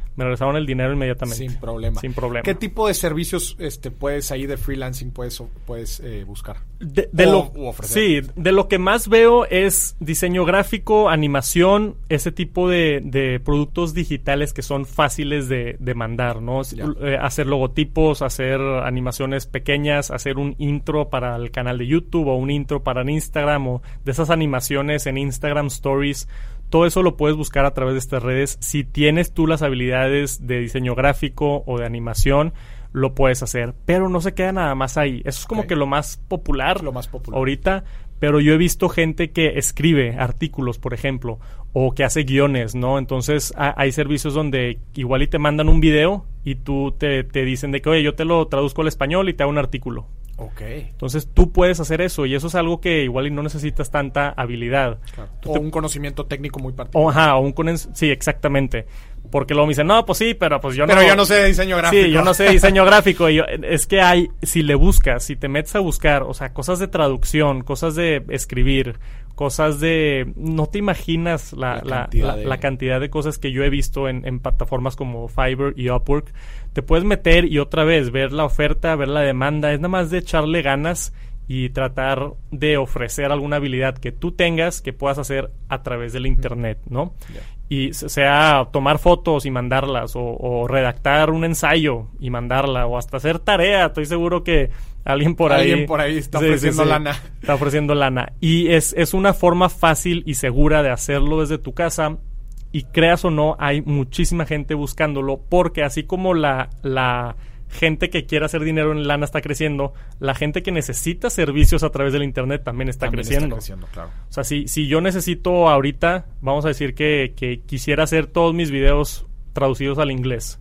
Me regresaron el dinero inmediatamente. Sin problema. Sin problema. ¿Qué tipo de servicios este, puedes ahí de freelancing puedes, puedes eh, buscar? De, de o, lo, o ofrecer. Sí, de lo que más veo es diseño gráfico, animación, ese tipo de, de productos digitales que son fáciles de, de mandar, ¿no? Eh, hacer logotipos, hacer animaciones pequeñas, hacer un intro para el canal de YouTube o un intro para Instagram o de esas animaciones en Instagram Stories. Todo eso lo puedes buscar a través de estas redes. Si tienes tú las habilidades de diseño gráfico o de animación, lo puedes hacer. Pero no se queda nada más ahí. Eso es como okay. que lo más popular, lo más popular ahorita. Pero yo he visto gente que escribe artículos, por ejemplo, o que hace guiones, ¿no? Entonces, a, hay servicios donde igual y te mandan un video y tú te, te dicen de que, oye, yo te lo traduzco al español y te hago un artículo. Ok. Entonces tú puedes hacer eso y eso es algo que igual y no necesitas tanta habilidad. Claro. Tú o te... un conocimiento técnico muy particular. O, ajá, o un con... sí, exactamente. Porque luego me dicen, no, pues sí, pero pues yo pero no... Pero yo no sé de diseño gráfico. Sí, yo no sé de diseño gráfico. Y yo, es que hay, si le buscas, si te metes a buscar, o sea, cosas de traducción, cosas de escribir, cosas de... No te imaginas la, la, cantidad, la, de... la cantidad de cosas que yo he visto en, en plataformas como Fiverr y Upwork. Te puedes meter y otra vez ver la oferta, ver la demanda. Es nada más de echarle ganas y tratar de ofrecer alguna habilidad que tú tengas que puedas hacer a través del internet, ¿no? Yeah. Y sea tomar fotos y mandarlas, o, o redactar un ensayo y mandarla, o hasta hacer tarea. Estoy seguro que alguien por ahí... Alguien por ahí está sí, ofreciendo sí, sí, lana. Está ofreciendo lana. Y es, es una forma fácil y segura de hacerlo desde tu casa. Y creas o no, hay muchísima gente buscándolo, porque así como la... la gente que quiere hacer dinero en lana está creciendo, la gente que necesita servicios a través del internet también está también creciendo. Está creciendo, claro. O sea, si, si yo necesito ahorita, vamos a decir que, que quisiera hacer todos mis videos traducidos al inglés.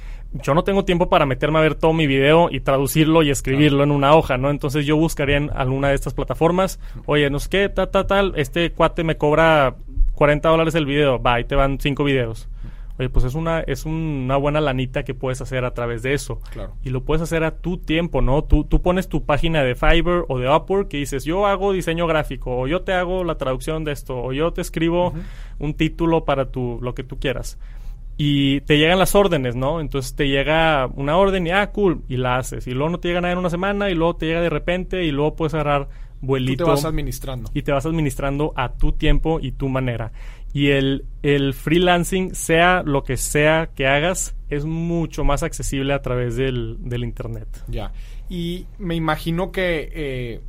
Yo no tengo tiempo para meterme a ver todo mi video y traducirlo y escribirlo claro. en una hoja, ¿no? Entonces yo buscaría en alguna de estas plataformas, oye, no sé qué, tal, tal, tal, este cuate me cobra cuarenta dólares el video, va, ahí te van cinco videos. Oye, pues es una es una buena lanita que puedes hacer a través de eso. Claro. Y lo puedes hacer a tu tiempo, ¿no? Tú, tú pones tu página de Fiverr o de Upwork y dices, yo hago diseño gráfico, o yo te hago la traducción de esto, o yo te escribo uh-huh. un título para tu lo que tú quieras. Y te llegan las órdenes, ¿no? Entonces te llega una orden y, ah, cool, y la haces. Y luego no te llega nada en una semana, y luego te llega de repente, y luego puedes agarrar vuelito. Tú te vas administrando. Y te vas administrando a tu tiempo y tu manera. Y el, el freelancing, sea lo que sea que hagas, es mucho más accesible a través del, del internet. Ya. Y me imagino que, eh,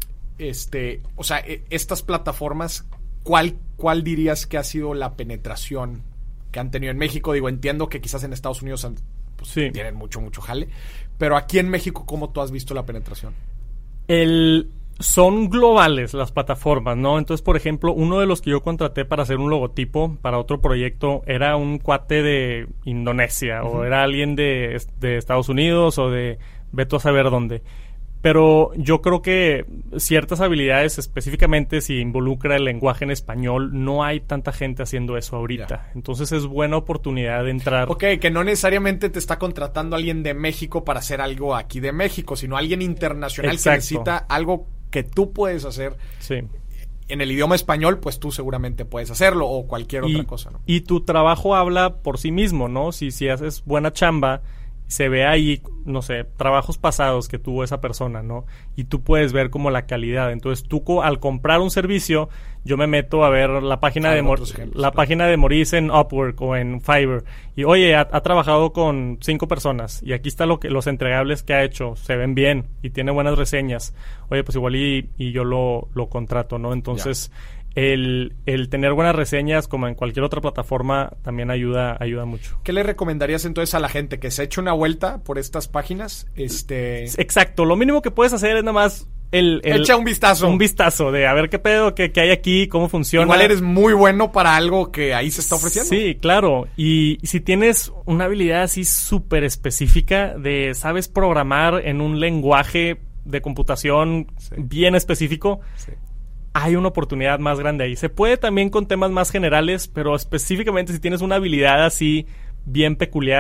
este, o sea, eh, estas plataformas, ¿cuál, ¿cuál dirías que ha sido la penetración que han tenido en México? Digo, entiendo que quizás en Estados Unidos han, pues, sí. tienen mucho, mucho jale. Pero aquí en México, ¿cómo tú has visto la penetración? El... Son globales las plataformas, ¿no? Entonces, por ejemplo, uno de los que yo contraté para hacer un logotipo para otro proyecto era un cuate de Indonesia, uh-huh. o era alguien de, de Estados Unidos, o de veto a saber dónde. Pero yo creo que ciertas habilidades, específicamente si involucra el lenguaje en español, no hay tanta gente haciendo eso ahorita. Yeah. Entonces es buena oportunidad de entrar. Ok, que no necesariamente te está contratando alguien de México para hacer algo aquí de México, sino alguien internacional Exacto. que necesita algo que tú puedes hacer. Sí. En el idioma español, pues tú seguramente puedes hacerlo, o cualquier y, otra cosa, ¿no? Y tu trabajo habla por sí mismo, ¿no? Si, si haces buena chamba, se ve ahí, no sé, trabajos pasados que tuvo esa persona, ¿no? Y tú puedes ver como la calidad. Entonces, tú co- al comprar un servicio, yo me meto a ver la página de Mor- ejemplos, la claro. página de Maurice en Upwork o en Fiverr. Y, oye, ha, ha trabajado con cinco personas. Y aquí está lo que los entregables que ha hecho. Se ven bien y tiene buenas reseñas. Oye, pues igual y, y yo lo, lo contrato, ¿no? Entonces... Ya. El, el tener buenas reseñas, como en cualquier otra plataforma, también ayuda ayuda mucho. ¿Qué le recomendarías entonces a la gente? ¿Que se eche una vuelta por estas páginas? Este... Exacto. Lo mínimo que puedes hacer es nada más... El, el, Echa un vistazo. Un vistazo de a ver qué pedo, qué, qué hay aquí, cómo funciona. Igual eres muy bueno para algo que ahí se está ofreciendo. Sí, claro. Y si tienes una habilidad así súper específica de sabes programar en un lenguaje de computación sí. bien específico... Sí. Hay una oportunidad más grande ahí. Se puede también con temas más generales, pero específicamente si tienes una habilidad así bien peculiar,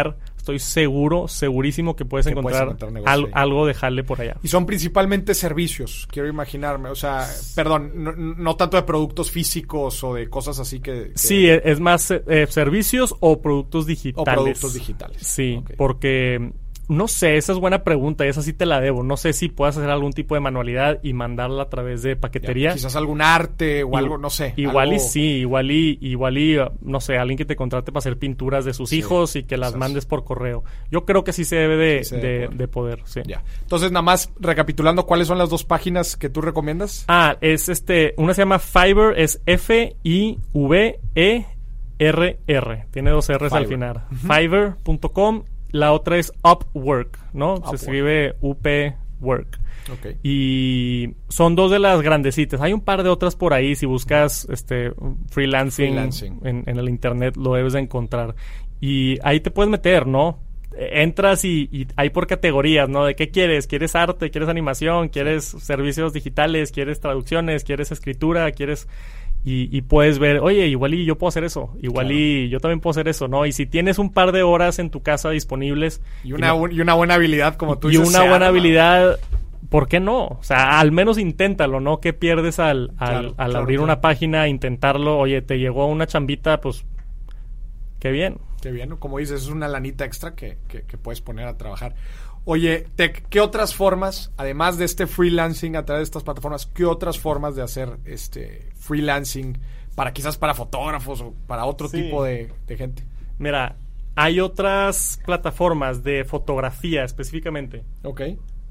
estoy seguro, segurísimo que puedes que encontrar, puedes encontrar negocio, al, sí. algo de jale por allá. Y son principalmente servicios, quiero imaginarme. O sea, perdón, no, no tanto de productos físicos o de cosas así que... que... Sí, es más eh, servicios o productos digitales. O productos digitales. Sí, okay. Porque... No sé, esa es buena pregunta y esa sí te la debo. No sé si puedas hacer algún tipo de manualidad y mandarla a través de paquetería. Ya, quizás algún arte o y, algo, no sé. Igual algo... y sí, igual y, igual y, no sé, alguien que te contrate para hacer pinturas de sus sí, hijos y que las quizás. mandes por correo. Yo creo que sí se debe de, sí se debe de, poder. de poder, sí. Ya. Entonces, nada más recapitulando, ¿cuáles son las dos páginas que tú recomiendas? Ah, es este, una se llama Fiverr, es F I V E R R. Tiene dos R's Fiverr. al final. Uh-huh. Fiverr punto com. La otra es Upwork, ¿no? Upwork. Se escribe U P Work. Okay. Y son dos de las grandecitas. Hay un par de otras por ahí. Si buscas este freelancing, freelancing. En, en el internet, lo debes de encontrar. Y ahí te puedes meter, ¿no? Entras y, y hay por categorías, ¿no? ¿De qué quieres? ¿Quieres arte? ¿Quieres animación? ¿Quieres servicios digitales? ¿Quieres traducciones? ¿Quieres escritura? ¿Quieres...? Y, y puedes ver, oye, igual y yo puedo hacer eso, igual claro. y yo también puedo hacer eso, ¿no? Y si tienes un par de horas en tu casa disponibles... Y una, y, no, y una buena habilidad, como tú y dices. Y una buena habilidad, ¿por qué no? O sea, al menos inténtalo, ¿no? ¿Qué pierdes al, al, claro, al claro, abrir claro. una página, intentarlo? Oye, te llegó una chambita, pues, qué bien. Qué bien, ¿no? Como dices, es una lanita extra que, que, que puedes poner a trabajar. Oye, Tech, ¿qué otras formas, además de este freelancing a través de estas plataformas, qué otras formas de hacer este freelancing para quizás para fotógrafos o para otro sí. tipo de, de gente? Mira, hay otras plataformas de fotografía específicamente. Ok.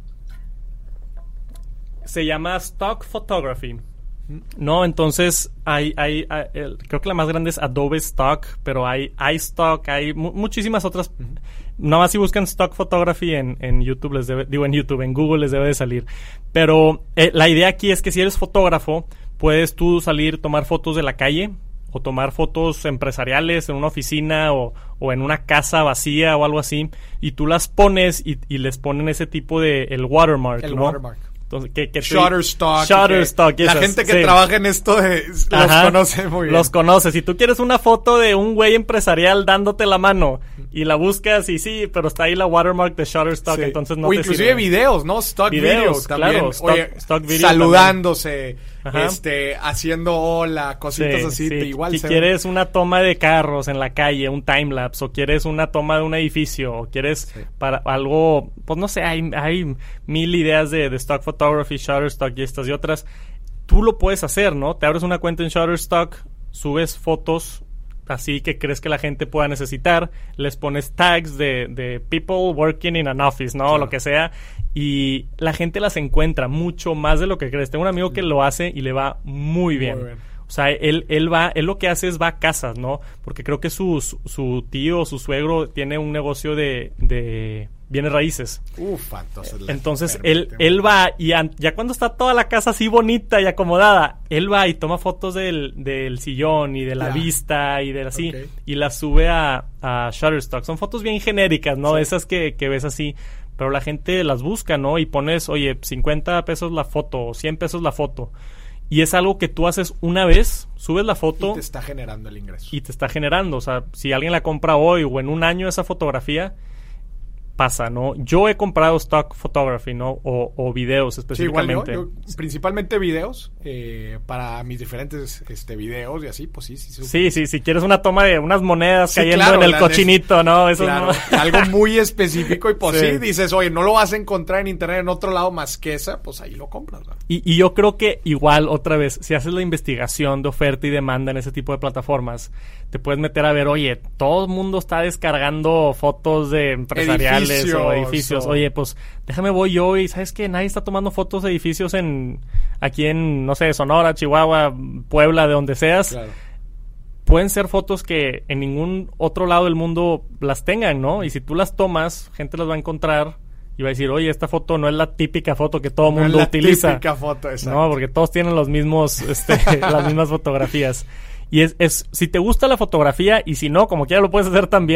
Se llama Stock Photography. No, entonces hay, hay, hay el, creo que la más grande es Adobe Stock, pero hay iStock, hay mu- muchísimas otras. Uh-huh. Nada más si buscan Stock Photography en, en YouTube, les debe, digo en YouTube, en Google les debe de salir. Pero eh, la idea aquí es que si eres fotógrafo, puedes tú salir, tomar fotos de la calle o tomar fotos empresariales en una oficina o, o en una casa vacía o algo así, y tú las pones y, y les ponen ese tipo de, el watermark, el ¿no? watermark. Entonces, que, que Shutterstock. Shutterstock. Que, la gente que sí. trabaja en esto de, los Ajá, conoce muy bien. Los conoce. Si tú quieres una foto de un güey empresarial dándote la mano y la buscas y sí, pero está ahí la watermark de Shutterstock, sí. entonces no o te inclusive sirve. videos, ¿no? Stock videos, video también. Claro, stock, Oye, stock video saludándose, este, haciendo hola, cositas sí, así. Sí. Igual si quieres ven. una toma de carros en la calle, un timelapse, o quieres una toma de un edificio, o quieres sí. para algo, pues no sé, hay, hay mil ideas de, de stock photography, Shutterstock y estas y otras. Tú lo puedes hacer, ¿no? Te abres una cuenta en Shutterstock, subes fotos así que crees que la gente pueda necesitar, les pones tags de, de people working in an office, ¿no? Claro. Lo que sea, y la gente las encuentra mucho más de lo que crees. Tengo un amigo que lo hace y le va muy bien. Muy bien. O sea, él, él va, él lo que hace es va a casas, ¿no? Porque creo que su, su, su tío o su suegro tiene un negocio de, de bienes raíces. Ufa, entonces. Entonces, él, él va y an, ya cuando está toda la casa así bonita y acomodada, él va y toma fotos del, del sillón y de la yeah. vista y de así, okay. y las sube a, a Shutterstock. Son fotos bien genéricas, ¿no? Sí. Esas que, que ves así. Pero la gente las busca, ¿no? Y pones, oye, cincuenta pesos la foto o cien pesos la foto. Y es algo que tú haces una vez, subes la foto... Y te está generando el ingreso. Y te está generando. O sea, si alguien la compra hoy o en un año esa fotografía, pasa, ¿no? Yo he comprado stock photography, ¿no? O, o videos específicamente. Sí, igual yo, yo, principalmente videos, eh, para mis diferentes este, videos y así, pues sí. Sí, sí, sí, si quieres una toma de unas monedas sí, cayendo claro, en el cochinito, de... ¿no? Eso claro, no... algo muy específico y pues sí. sí, dices, oye, no lo vas a encontrar en internet en otro lado más que esa, pues ahí lo compras, ¿no? Y, y yo creo que igual, otra vez, si haces la investigación de oferta y demanda en ese tipo de plataformas, te puedes meter a ver, oye, todo el mundo está descargando fotos de empresariales edificios, o edificios. O... Oye, pues déjame voy yo y ¿sabes qué? Nadie está tomando fotos de edificios en aquí en, no sé, Sonora, Chihuahua, Puebla, de donde seas. Claro. Pueden ser fotos que en ningún otro lado del mundo las tengan, ¿no? Y si tú las tomas, gente las va a encontrar y va a decir, oye, esta foto no es la típica foto que todo el mundo no es utiliza. La típica foto, exacto. No, porque todos tienen los mismos, este, las mismas fotografías. Y es, es, si te gusta la fotografía y si no, como quiera lo puedes hacer también,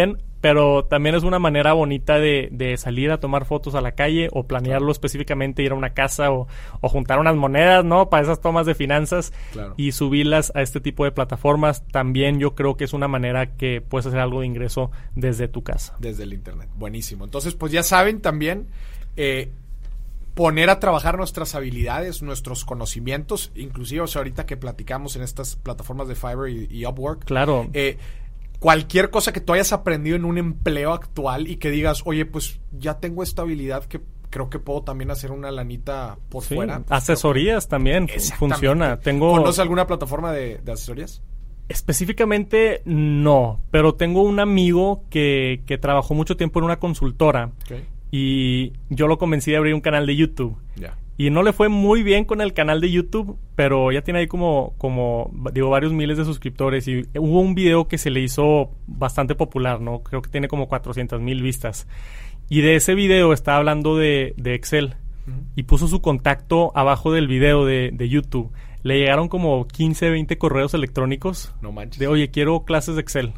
pero también es una manera bonita de, de salir a tomar fotos a la calle o planearlo claro. específicamente, ir a una casa o, o juntar unas monedas, ¿no? Para esas tomas de finanzas claro. y subirlas a este tipo de plataformas. También yo creo que es una manera que puedes hacer algo de ingreso desde tu casa. Desde el internet. Buenísimo. Entonces, pues ya saben también... Eh, poner a trabajar nuestras habilidades, nuestros conocimientos, inclusive o sea, ahorita que platicamos en estas plataformas de Fiverr y, y Upwork. Claro. Eh, cualquier cosa que tú hayas aprendido en un empleo actual y que digas, oye, pues ya tengo esta habilidad que creo que puedo también hacer una lanita por sí, fuera. Pues, asesorías también funciona. Tengo... ¿Conoces alguna plataforma de, de asesorías? Específicamente no, pero tengo un amigo que, que trabajó mucho tiempo en una consultora. Okay. Y yo lo convencí de abrir un canal de YouTube. Yeah. Y no le fue muy bien con el canal de YouTube, pero ya tiene ahí como, como, digo, varios miles de suscriptores. Y hubo un video que se le hizo bastante popular, ¿no? Creo que tiene como cuatrocientas mil vistas. Y de ese video estaba hablando de, de Excel. Uh-huh. Y puso su contacto abajo del video de, de YouTube. Le llegaron como quince, veinte correos electrónicos. No manches. De, oye, quiero clases de Excel.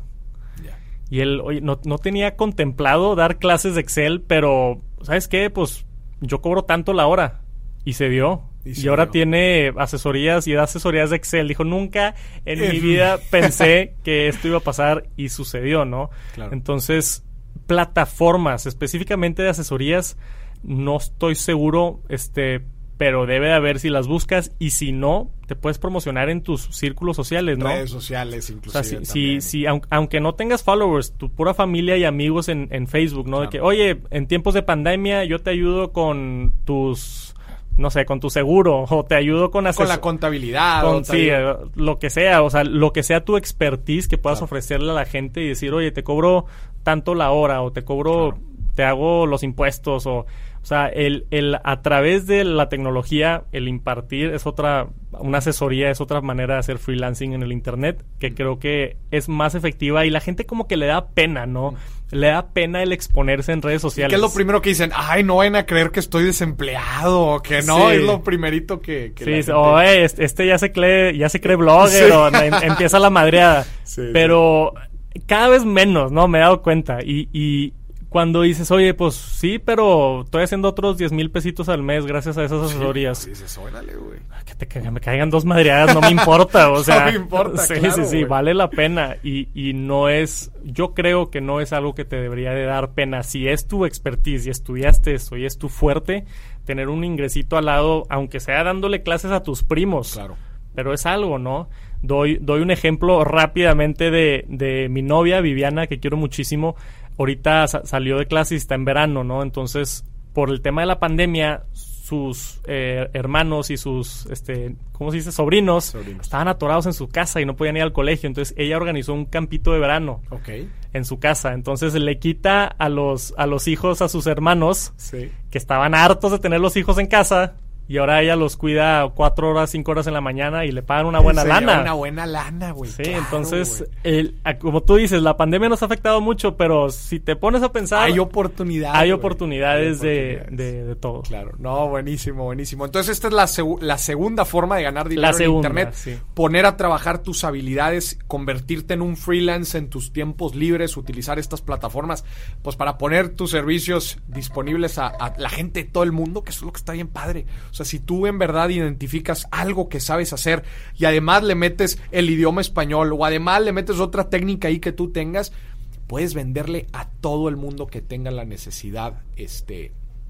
Y él, oye, no, no tenía contemplado dar clases de Excel, pero, ¿sabes qué? Pues yo cobro tanto la hora. Y se dio. Y, y ahora dio. Tiene asesorías y da asesorías de Excel. Dijo, nunca en mi vida pensé que esto iba a pasar y sucedió, ¿no? Claro. Entonces, plataformas específicamente de asesorías, no estoy seguro, este... pero debe de haber si las buscas y si no, te puedes promocionar en tus círculos sociales, ¿no? Redes sociales, inclusive. O sea, si, si, si, aunque, aunque no tengas followers, tu pura familia y amigos en, en Facebook, ¿no? Claro. De que, oye, en tiempos de pandemia yo te ayudo con tus, no sé, con tu seguro o te ayudo con... Asesor- con la contabilidad. Con, sí, eh, lo que sea, o sea, lo que sea tu expertise que puedas claro. ofrecerle a la gente y decir, oye, te cobro tanto la hora o te cobro, claro. te hago los impuestos o... O sea, el, el a través de la tecnología, el impartir es otra, una asesoría, es otra manera de hacer freelancing en el internet, que creo que es más efectiva y la gente como que le da pena, ¿no? Le da pena el exponerse en redes sociales. ¿Qué es lo primero que dicen? Ay, no van a creer que estoy desempleado o que no, sí. Es lo primerito que... que sí, la gente... o eh, este ya se cree, ya se cree blogger sí. o em, empieza la madreada. Sí, pero sí. cada vez menos, ¿no? Me he dado cuenta y... y cuando dices, oye, pues sí, pero estoy haciendo otros diez mil pesitos al mes gracias a esas asesorías. Sí, dices, órale, güey. Que, te, que me caigan dos madreadas, no me importa, o sea. No me importa, sí, claro, sí, sí, güey. vale la pena. Y, y no es, yo creo que no es algo que te debería de dar pena. Si es tu expertise y estudiaste eso y es tu fuerte, tener un ingresito al lado, aunque sea dándole clases a tus primos. Claro. Pero es algo, ¿no? Doy, doy un ejemplo rápidamente de, de mi novia, Viviana, que quiero muchísimo. Ahorita sa- salió de clase y está en verano, ¿no? Entonces, por el tema de la pandemia, sus eh, hermanos y sus, este, ¿cómo se dice? Sobrinos, Sobrinos estaban atorados en su casa y no podían ir al colegio. Entonces, ella organizó un campito de verano okay. en su casa. Entonces, le quita a los, a los hijos, a sus hermanos, sí. que estaban hartos de tener los hijos en casa. Y ahora ella los cuida cuatro horas, cinco horas en la mañana y le pagan una buena Se lana. Una buena lana, güey. Sí, claro, entonces, el, a, como tú dices, la pandemia nos ha afectado mucho, pero si te pones a pensar... Hay oportunidades. Hay oportunidades, hay de, oportunidades. De, de todo. Claro. No, buenísimo, buenísimo. Entonces, esta es la, seg- la segunda forma de ganar dinero la segunda, en Internet. Sí. Poner a trabajar tus habilidades, convertirte en un freelance en tus tiempos libres, utilizar estas plataformas, pues para poner tus servicios disponibles a, a la gente de todo el mundo, que eso es lo que está bien padre. O sea, si tú en verdad identificas algo que sabes hacer y además le metes el idioma español o además le metes otra técnica ahí que tú tengas, puedes venderle a todo el mundo que tenga la necesidad, este,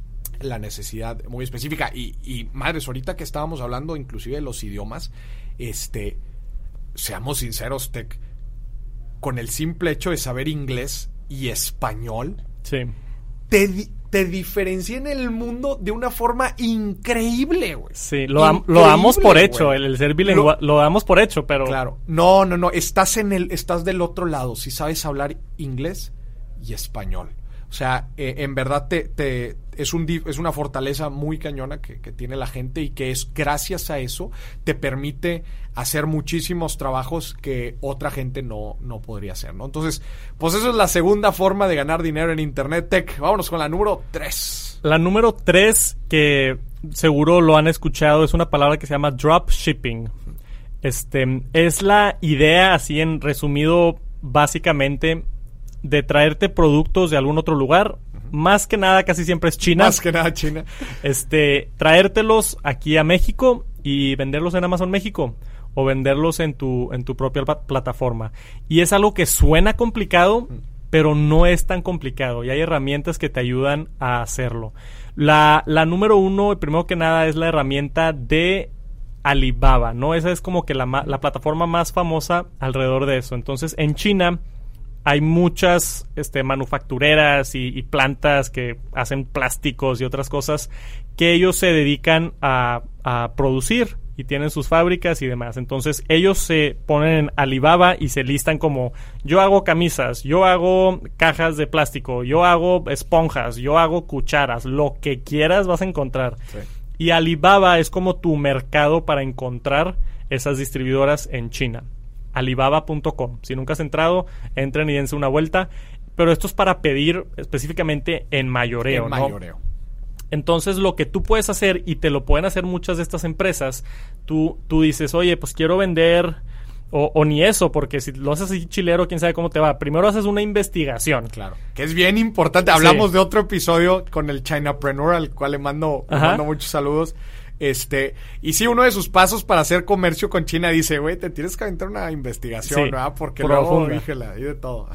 la necesidad muy específica. Y, y madres, ahorita que estábamos hablando inclusive de los idiomas, este, seamos sinceros, Tech, con el simple hecho de saber inglés y español, sí. te di- te diferencia en el mundo de una forma increíble, güey. Sí, lo, am- lo damos por hecho, el, el ser bilingüe, lo, lo damos por hecho, pero... Claro, no, no, no, estás en el, estás del otro lado, si sabes hablar inglés y español. O sea, eh, en verdad te, te es un es una fortaleza muy cañona que, que tiene la gente y que es gracias a eso te permite hacer muchísimos trabajos que otra gente no, no podría hacer, ¿no? Entonces, pues eso es la segunda forma de ganar dinero en Internet, Tech. Vámonos con la número tres. La número tres, que seguro lo han escuchado, es una palabra que se llama dropshipping. Este, es la idea, así en resumido, básicamente, de traerte productos de algún otro lugar. Uh-huh. Más que nada, casi siempre es China. Más que nada China. Este, traértelos aquí a México y venderlos en Amazon México. O venderlos en tu, en tu propia pa- plataforma. Y es algo que suena complicado, uh-huh. pero no es tan complicado. Y hay herramientas que te ayudan a hacerlo. La, la número uno, primero que nada, es la herramienta de Alibaba, ¿no? Esa es como que la, la plataforma más famosa alrededor de eso. Entonces, en China hay muchas este, manufactureras y, y plantas que hacen plásticos y otras cosas que ellos se dedican a, a producir y tienen sus fábricas y demás. Entonces, ellos se ponen en Alibaba y se listan como yo hago camisas, yo hago cajas de plástico, yo hago esponjas, yo hago cucharas, lo que quieras vas a encontrar. Sí. Y Alibaba es como tu mercado para encontrar esas distribuidoras en China. Alibaba punto com. Si nunca has entrado, entren y dense una vuelta. Pero esto es para pedir específicamente en mayoreo, en ¿no? mayoreo. Entonces, lo que tú puedes hacer, y te lo pueden hacer muchas de estas empresas, tú, tú dices, oye, pues quiero vender... O, o ni eso, porque si lo haces así chilero, quién sabe cómo te va. Primero haces una investigación. Claro. Que es bien importante. Hablamos sí. de otro episodio con el Chinapreneur, al cual le mando, le mando muchos saludos. Este, y sí, uno de sus pasos para hacer comercio con China dice, güey, te tienes que aventar una investigación, sí, ¿verdad? Porque luego, díjela, hay de todo.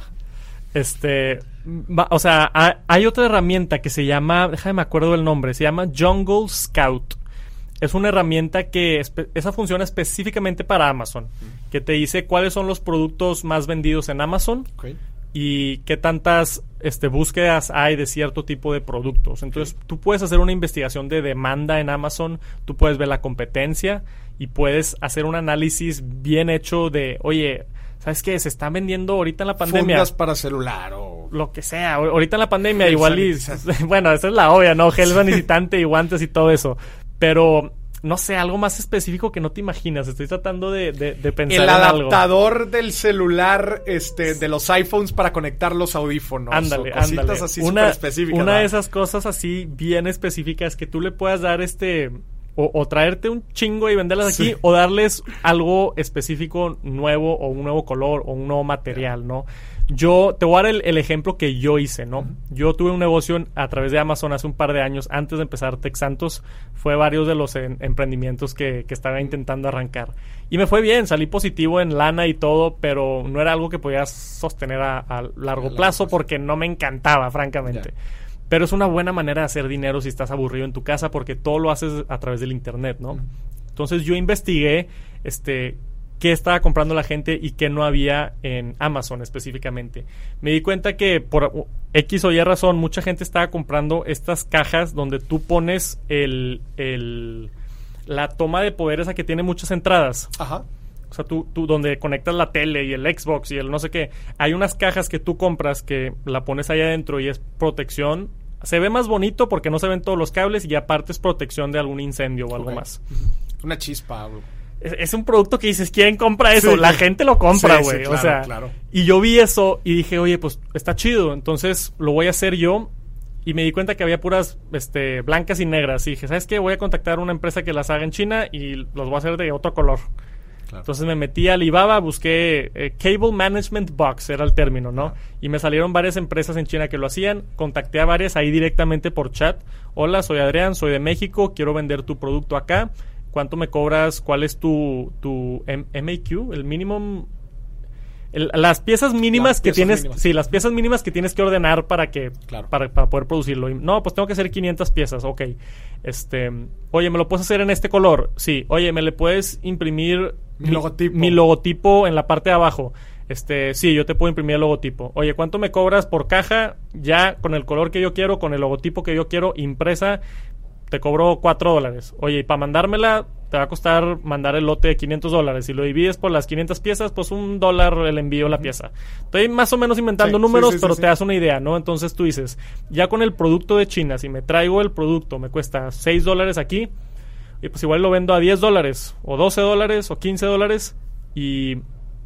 Este, va, o sea, ha, hay otra herramienta que se llama, déjame me acuerdo del nombre, se llama Jungle Scout. Es una herramienta que espe- esa funciona específicamente para Amazon, mm. que te dice cuáles son los productos más vendidos en Amazon okay. y qué tantas este, búsquedas hay de cierto tipo de productos. Entonces, okay. tú puedes hacer una investigación de demanda en Amazon, tú puedes ver la competencia y puedes hacer un análisis bien hecho de, oye, ¿sabes qué? Se están vendiendo ahorita en la pandemia. Fundas para celular o... Lo que sea. Ahorita en la pandemia gel igual y... Bueno, esa es la obvia, ¿no? Gel sanitizante y guantes y todo eso. Pero, no sé, algo más específico que no te imaginas. Estoy tratando de, de, de pensar el en algo. El adaptador del celular, este, de los iPhones para conectar los audífonos. Ándale, o cositas ándale. así una, súper específicas. Una ¿no? de esas cosas así bien específicas que tú le puedas dar este... O, o traerte un chingo y venderlas aquí, sí. o darles algo específico nuevo, o un nuevo color, o un nuevo material, ¿no? Yo te voy a dar el, el ejemplo que yo hice, ¿no? Uh-huh. Yo tuve un negocio a través de Amazon hace un par de años, antes de empezar Texantos, fue varios de los en, emprendimientos que, que estaba intentando arrancar. Y me fue bien, salí positivo en lana y todo, pero no era algo que podías sostener a, a largo a plazo porque no me encantaba, francamente. Yeah. Pero es una buena manera de hacer dinero si estás aburrido en tu casa porque todo lo haces a través del internet, ¿no? Uh-huh. Entonces yo investigué este, qué estaba comprando la gente y qué no había en Amazon específicamente. Me di cuenta que por X o Y razón mucha gente estaba comprando estas cajas donde tú pones el, el la toma de poder esa que tiene muchas entradas. Ajá. O sea, tú, tú donde conectas la tele y el Xbox y el no sé qué. Hay unas cajas que tú compras que la pones ahí adentro y es protección. Se ve más bonito porque no se ven todos los cables y aparte es protección de algún incendio o algo okay. más. Uh-huh. Una chispa, bro. Es, es un producto que dices, ¿quién compra eso? Sí, la sí. gente lo compra, güey. Sí, sí, claro, o sea, claro. Y yo vi eso y dije, oye, pues está chido. Entonces lo voy a hacer yo. Y me di cuenta que había puras este, blancas y negras. Y dije, ¿sabes qué? Voy a contactar a una empresa que las haga en China y los voy a hacer de otro color. Claro. Entonces me metí a Alibaba, busqué eh, Cable Management Box, era el término, ¿no? Ah. Y me salieron varias empresas en China que lo hacían. Contacté a varias ahí directamente por chat. Hola, soy Adrián, soy de México, quiero vender tu producto acá. ¿Cuánto me cobras? ¿Cuál es tu, tu M- MAQ? El minimum... El, las piezas mínimas las que piezas tienes... Mínimas. Sí, las piezas mínimas que tienes que ordenar para que... Claro. Para, para poder producirlo. No, pues tengo que hacer quinientas piezas, ok. Este... Oye, ¿me lo puedes hacer en este color? Sí. Oye, ¿me le puedes imprimir... Mi, mi logotipo. Mi logotipo en la parte de abajo. Este, sí, yo te puedo imprimir el logotipo. Oye, ¿cuánto me cobras por caja? Ya con el color que yo quiero, con el logotipo que yo quiero, impresa, te cobro cuatro dólares. Oye, y para mandármela, te va a costar mandar el lote de quinientos dólares. Si lo divides por las quinientas piezas, pues un dólar el envío de la pieza. Estoy más o menos inventando sí, números, sí, sí, pero sí, te sí. das una idea, ¿no? Entonces tú dices, ya con el producto de China, si me traigo el producto, me cuesta seis dólares aquí, y pues igual lo vendo a diez dólares, o doce dólares, o quince dólares, y...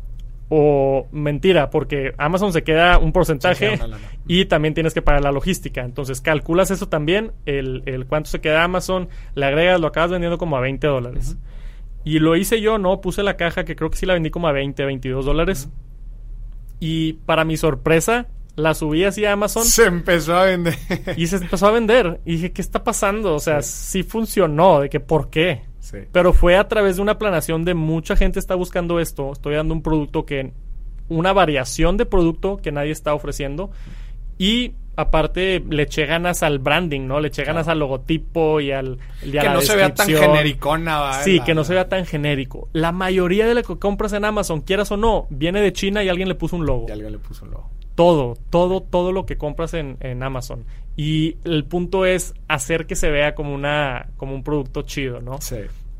O mentira, porque Amazon se queda un porcentaje sí, y también tienes que pagar la logística. Entonces calculas eso también, el, el cuánto se queda Amazon, le agregas, lo acabas vendiendo como a veinte dólares. Uh-huh. Y lo hice yo, ¿no? Puse la caja que creo que sí la vendí como a veinte, veintidós dólares. Uh-huh. Y para mi sorpresa, la subí así a Amazon. Se empezó a vender. Y se empezó a vender. Y dije, ¿qué está pasando? O sea, sí, sí funcionó. De que, ¿por qué? Sí. Pero fue a través de una planeación de mucha gente está buscando esto. Estoy dando un producto que... Una variación de producto que nadie está ofreciendo. Y... aparte le eché ganas al branding, ¿no? Le eché ganas claro. al logotipo y al y a que la no se vea tan genericona, ¿vale? Sí, que no se vea tan genérico. La mayoría de lo que compras en Amazon, quieras o no, viene de China y alguien le puso un logo. Y alguien le puso un logo. Todo, todo, todo lo que compras en, en Amazon. Y el punto es hacer que se vea como una como un producto chido, ¿no? Sí.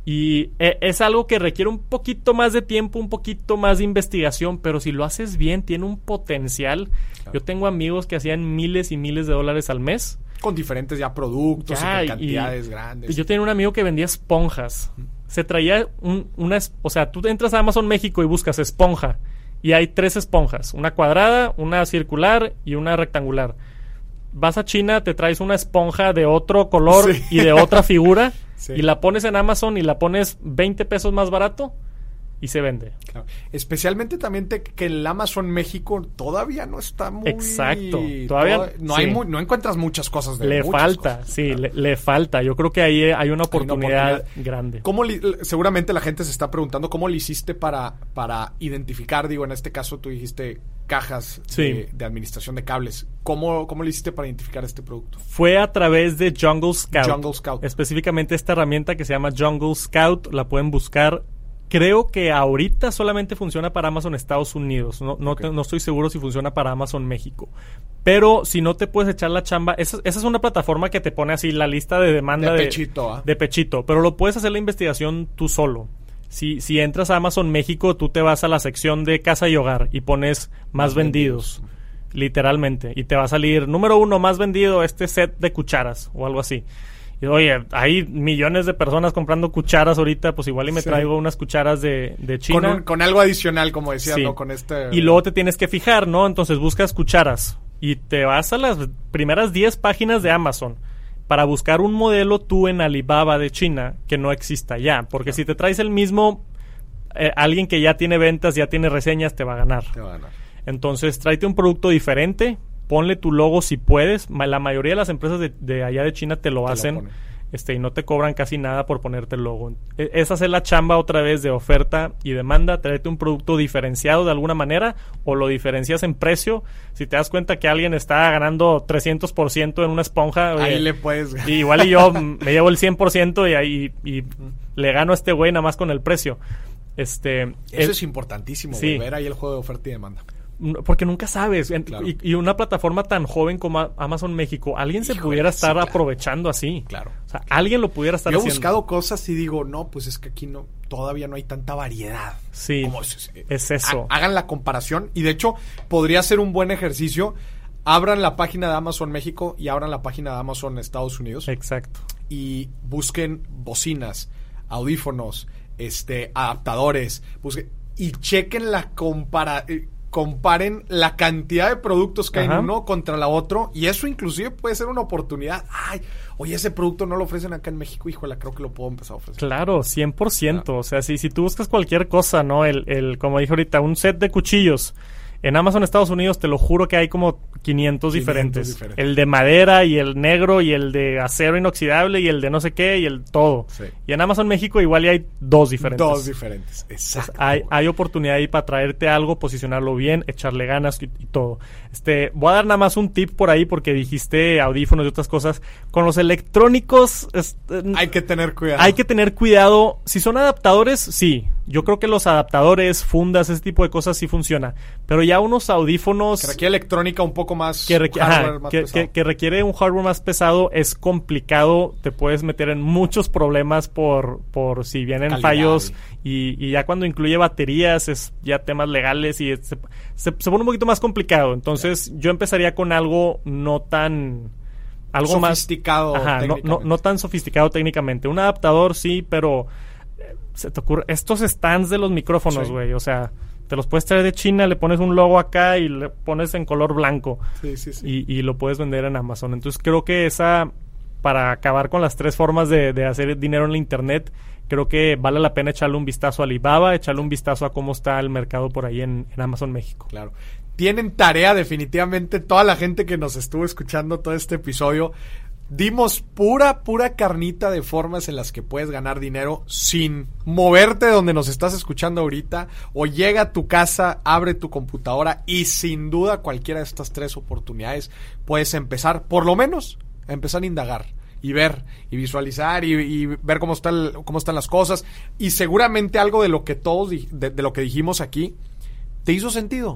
Y es algo que requiere un poquito más de tiempo, un poquito más de investigación, pero si lo haces bien, tiene un potencial. Claro. Yo tengo amigos que hacían miles y miles de dólares al mes. Con diferentes ya productos ya, y con cantidades y, grandes. Yo tenía un amigo que vendía esponjas. Se traía un, una... O sea, tú entras a Amazon México y buscas esponja. Y hay tres esponjas. Una cuadrada, una circular y una rectangular. Vas a China, te traes una esponja de otro color sí. y de otra figura... Sí. Y la pones en Amazon y la pones veinte pesos más barato y se vende. Claro. Especialmente también te, que el Amazon México todavía no está muy... Exacto. Todavía... Todo, no, sí. hay muy, no encuentras muchas cosas de Le muchas falta, cosas, sí, claro. le, le falta. Yo creo que ahí hay una oportunidad, hay una oportunidad. grande. ¿Cómo li, seguramente la gente se está preguntando cómo le hiciste para, para identificar, digo, en este caso tú dijiste cajas sí. de, de administración de cables. ¿Cómo, ¿Cómo le hiciste para identificar este producto? Fue a través de Jungle Scout. Jungle Scout. Específicamente esta herramienta que se llama Jungle Scout. La pueden buscar. Creo que ahorita solamente funciona para Amazon Estados Unidos. No, no, okay. te, no estoy seguro si funciona para Amazon México. Pero si no te puedes echar la chamba... Esa, esa es una plataforma que te pone así la lista de demanda de... De pechito. ¿eh? De pechito. Pero lo puedes hacer la investigación tú solo. Si, si entras a Amazon México, tú te vas a la sección de casa y hogar y pones más, más vendidos. vendidos. Literalmente. Y te va a salir, número uno, más vendido, este set de cucharas o algo así. Y oye, hay millones de personas comprando cucharas ahorita, pues igual y me sí. traigo unas cucharas de, de China. Con, un, con algo adicional, como decías, sí. ¿no? Con este... Y luego te tienes que fijar, ¿no? Entonces buscas cucharas y te vas a las primeras diez páginas de Amazon para buscar un modelo tú en Alibaba de China que no exista ya. Porque claro. si te traes el mismo, eh, alguien que ya tiene ventas, ya tiene reseñas, te va a ganar. Te va a ganar. Entonces, tráete un producto diferente, ponle tu logo si puedes. La mayoría de las empresas de, de allá de China te lo te hacen. Lo este, y no te cobran casi nada por ponerte el logo. Es hacer la chamba otra vez de oferta y demanda, tráete un producto diferenciado de alguna manera o lo diferencias en precio. Si te das cuenta que alguien está ganando trescientos por ciento en una esponja, ahí oye, le puedes ganar. Igual y yo me llevo el cien por ciento y, y, y le gano a este güey nada más con el precio. Este, Eso el, es importantísimo, sí. ver ahí el juego de oferta y demanda. Porque nunca sabes. Claro. Y, y una plataforma tan joven como Amazon México, alguien se Híjole, pudiera estar sí, claro. aprovechando así. Claro. O sea, alguien lo pudiera estar Yo haciendo. Yo he buscado cosas y digo, no, pues es que aquí no todavía no hay tanta variedad. Sí, como es, es eso. Ha, hagan la comparación. Y de hecho, podría ser un buen ejercicio. Abran la página de Amazon México y abran la página de Amazon Estados Unidos. Exacto. Y busquen bocinas, audífonos, este, adaptadores. Busquen, y chequen la comparación. Comparen la cantidad de productos que Ajá. hay en uno contra la otro, y eso inclusive puede ser una oportunidad. Ay, oye, ese producto no lo ofrecen acá en México, híjole, creo que lo puedo empezar a ofrecer. Claro, cien por ciento. Ah. O sea, si, si tú buscas cualquier cosa, ¿no? El, el, como dije ahorita, un set de cuchillos. En Amazon Estados Unidos te lo juro que hay como quinientos, quinientos diferentes. diferentes. El de madera y el negro y el de acero inoxidable y el de no sé qué y el todo. Sí. Y en Amazon México igual hay dos diferentes. Dos diferentes, exacto. Hay, hay oportunidad ahí para traerte algo, posicionarlo bien, echarle ganas y, y todo. Este, voy a dar nada más un tip por ahí porque dijiste audífonos y otras cosas. Con los electrónicos... Este, hay que tener cuidado. Hay que tener cuidado. Si son adaptadores, sí. Yo creo que los adaptadores, fundas, ese tipo de cosas sí funciona. Pero ya unos audífonos... Que requiere electrónica un poco más... Que, requ- ajá, más que, que, que requiere un hardware más pesado, es complicado. Te puedes meter en muchos problemas por, por si vienen Calidad, fallos. Y, y ya cuando incluye baterías, es ya temas legales y se, se, se pone un poquito más complicado. Entonces, yeah. yo empezaría con algo no tan... Algo sofisticado más... Ajá, no, no, no tan sofisticado técnicamente. Un adaptador sí, pero... Se te ocurre, estos stands de los micrófonos, güey, sí. O sea, te los puedes traer de China, le pones un logo acá y le pones en color blanco. Sí, sí, sí. Y, y lo puedes vender en Amazon. Entonces creo que esa, para acabar con las tres formas de, de hacer dinero en la internet, creo que vale la pena echarle un vistazo a Alibaba, echarle un vistazo a cómo está el mercado por ahí en, en Amazon México. Claro. tienen tarea definitivamente toda la gente que nos estuvo escuchando todo este episodio. Dimos pura, pura carnita de formas en las que puedes ganar dinero sin moverte de donde nos estás escuchando ahorita, o llega a tu casa, abre tu computadora y sin duda cualquiera de estas tres oportunidades puedes empezar, por lo menos, a empezar a indagar y ver y visualizar y, y ver cómo, está el, cómo están las cosas, y seguramente algo de lo que todos, de, de lo que dijimos aquí, te hizo sentido,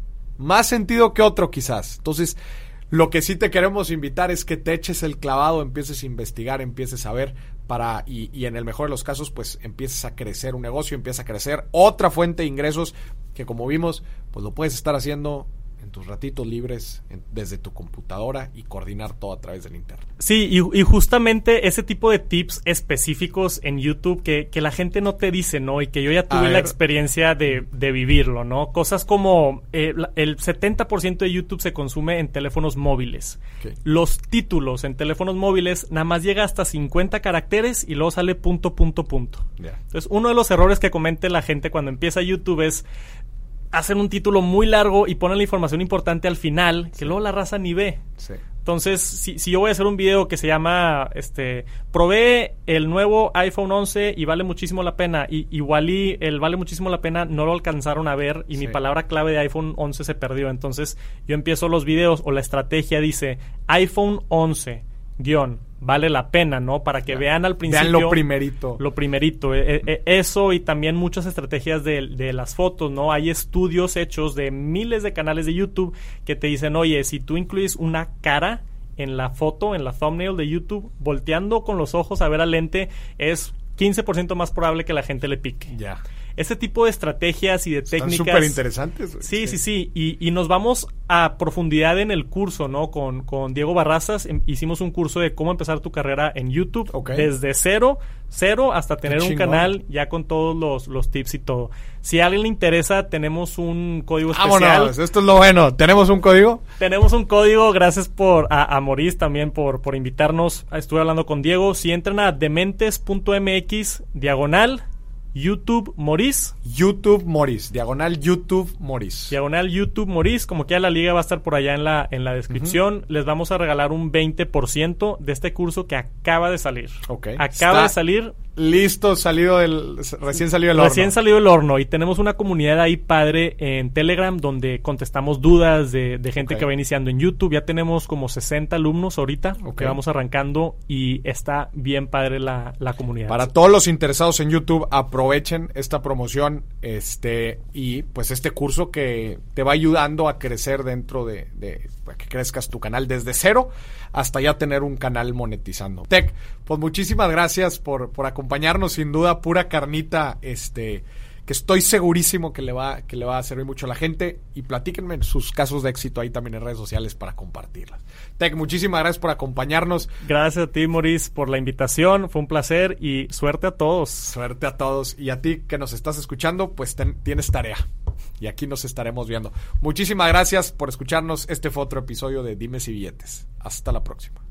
más sentido que otro quizás. Entonces, lo que sí te queremos invitar es que te eches el clavado, empieces a investigar, empieces a ver para y, y en el mejor de los casos, pues empieces a crecer un negocio, empieza a crecer otra fuente de ingresos que, como vimos, pues lo puedes estar haciendo en tus ratitos libres en, desde tu computadora y coordinar todo a través del internet. Sí, y, y justamente ese tipo de tips específicos en YouTube que, que la gente no te dice, ¿no? Y que yo ya tuve la experiencia de, de vivirlo, ¿no? Cosas como eh, el setenta por ciento de YouTube se consume en teléfonos móviles. Okay. Los títulos en teléfonos móviles nada más llega hasta cincuenta caracteres y luego sale punto, punto, punto. Yeah. Entonces, uno de los errores que comete la gente cuando empieza YouTube es hacen un título muy largo y ponen la información importante al final, que sí. luego la raza ni ve. Sí. Entonces, si, si yo voy a hacer un video que se llama, este, probé el nuevo iPhone once y vale muchísimo la pena, y igual y el vale muchísimo la pena no lo alcanzaron a ver y sí. mi palabra clave de iPhone once se perdió. Entonces, yo empiezo los videos o la estrategia dice iPhone once, guión, vale la pena, ¿no? Para que vean al principio. Vean lo primerito. Lo primerito. Eh, eh, eso y también muchas estrategias de, de las fotos, ¿no? Hay estudios hechos de miles de canales de YouTube que te dicen, oye, si tú incluyes una cara en la foto, en la thumbnail de YouTube, volteando con los ojos a ver al lente, es quince por ciento más probable que la gente le pique. Ya. Yeah. Ese tipo de estrategias y de Están técnicas... súper interesantes. Sí, sí, sí. sí. Y, y nos vamos a profundidad en el curso, ¿no? Con, con Diego Barrazas. Em, hicimos un curso de cómo empezar tu carrera en YouTube. Okay. Desde cero, cero hasta tener un canal ya con todos los, los tips y todo. Si a alguien le interesa, tenemos un código especial. Vámonos, esto es lo bueno. ¿Tenemos un código? Tenemos un código. Gracias por a, a Maurice también por, por invitarnos. Estuve hablando con Diego. Si entran a dementes punto m x diagonal YouTube Maurice. YouTube Maurice. Diagonal YouTube Maurice. Diagonal YouTube Maurice. Como que ya la liga va a estar por allá en la, en la descripción. Uh-huh. Les vamos a regalar un veinte por ciento de este curso que acaba de salir. Okay. Acaba Está de salir. Listo, salido del, recién salido del horno. Recién salido del horno. Y tenemos una comunidad ahí padre en Telegram donde contestamos dudas de, de gente okay. que va iniciando en YouTube. Ya tenemos como sesenta alumnos ahorita okay. que vamos arrancando y está bien padre la, la comunidad. Para todos los interesados en YouTube, aprovechen esta promoción este y pues este curso que te va ayudando a crecer dentro de, de a que crezcas tu canal desde cero hasta ya tener un canal monetizando. Tech, pues muchísimas gracias por, por acompañarnos, sin duda pura carnita, este que estoy segurísimo que le va que le va a servir mucho a la gente, y platíquenme sus casos de éxito ahí también en redes sociales para compartirlas. Tech, muchísimas gracias por acompañarnos. Gracias a ti, Maurice, por la invitación, fue un placer y suerte a todos. Suerte a todos, y a ti que nos estás escuchando, pues ten, tienes tarea. Y aquí nos estaremos viendo. Muchísimas gracias por escucharnos. Este fue otro episodio de Dimes y Billetes. Hasta la próxima.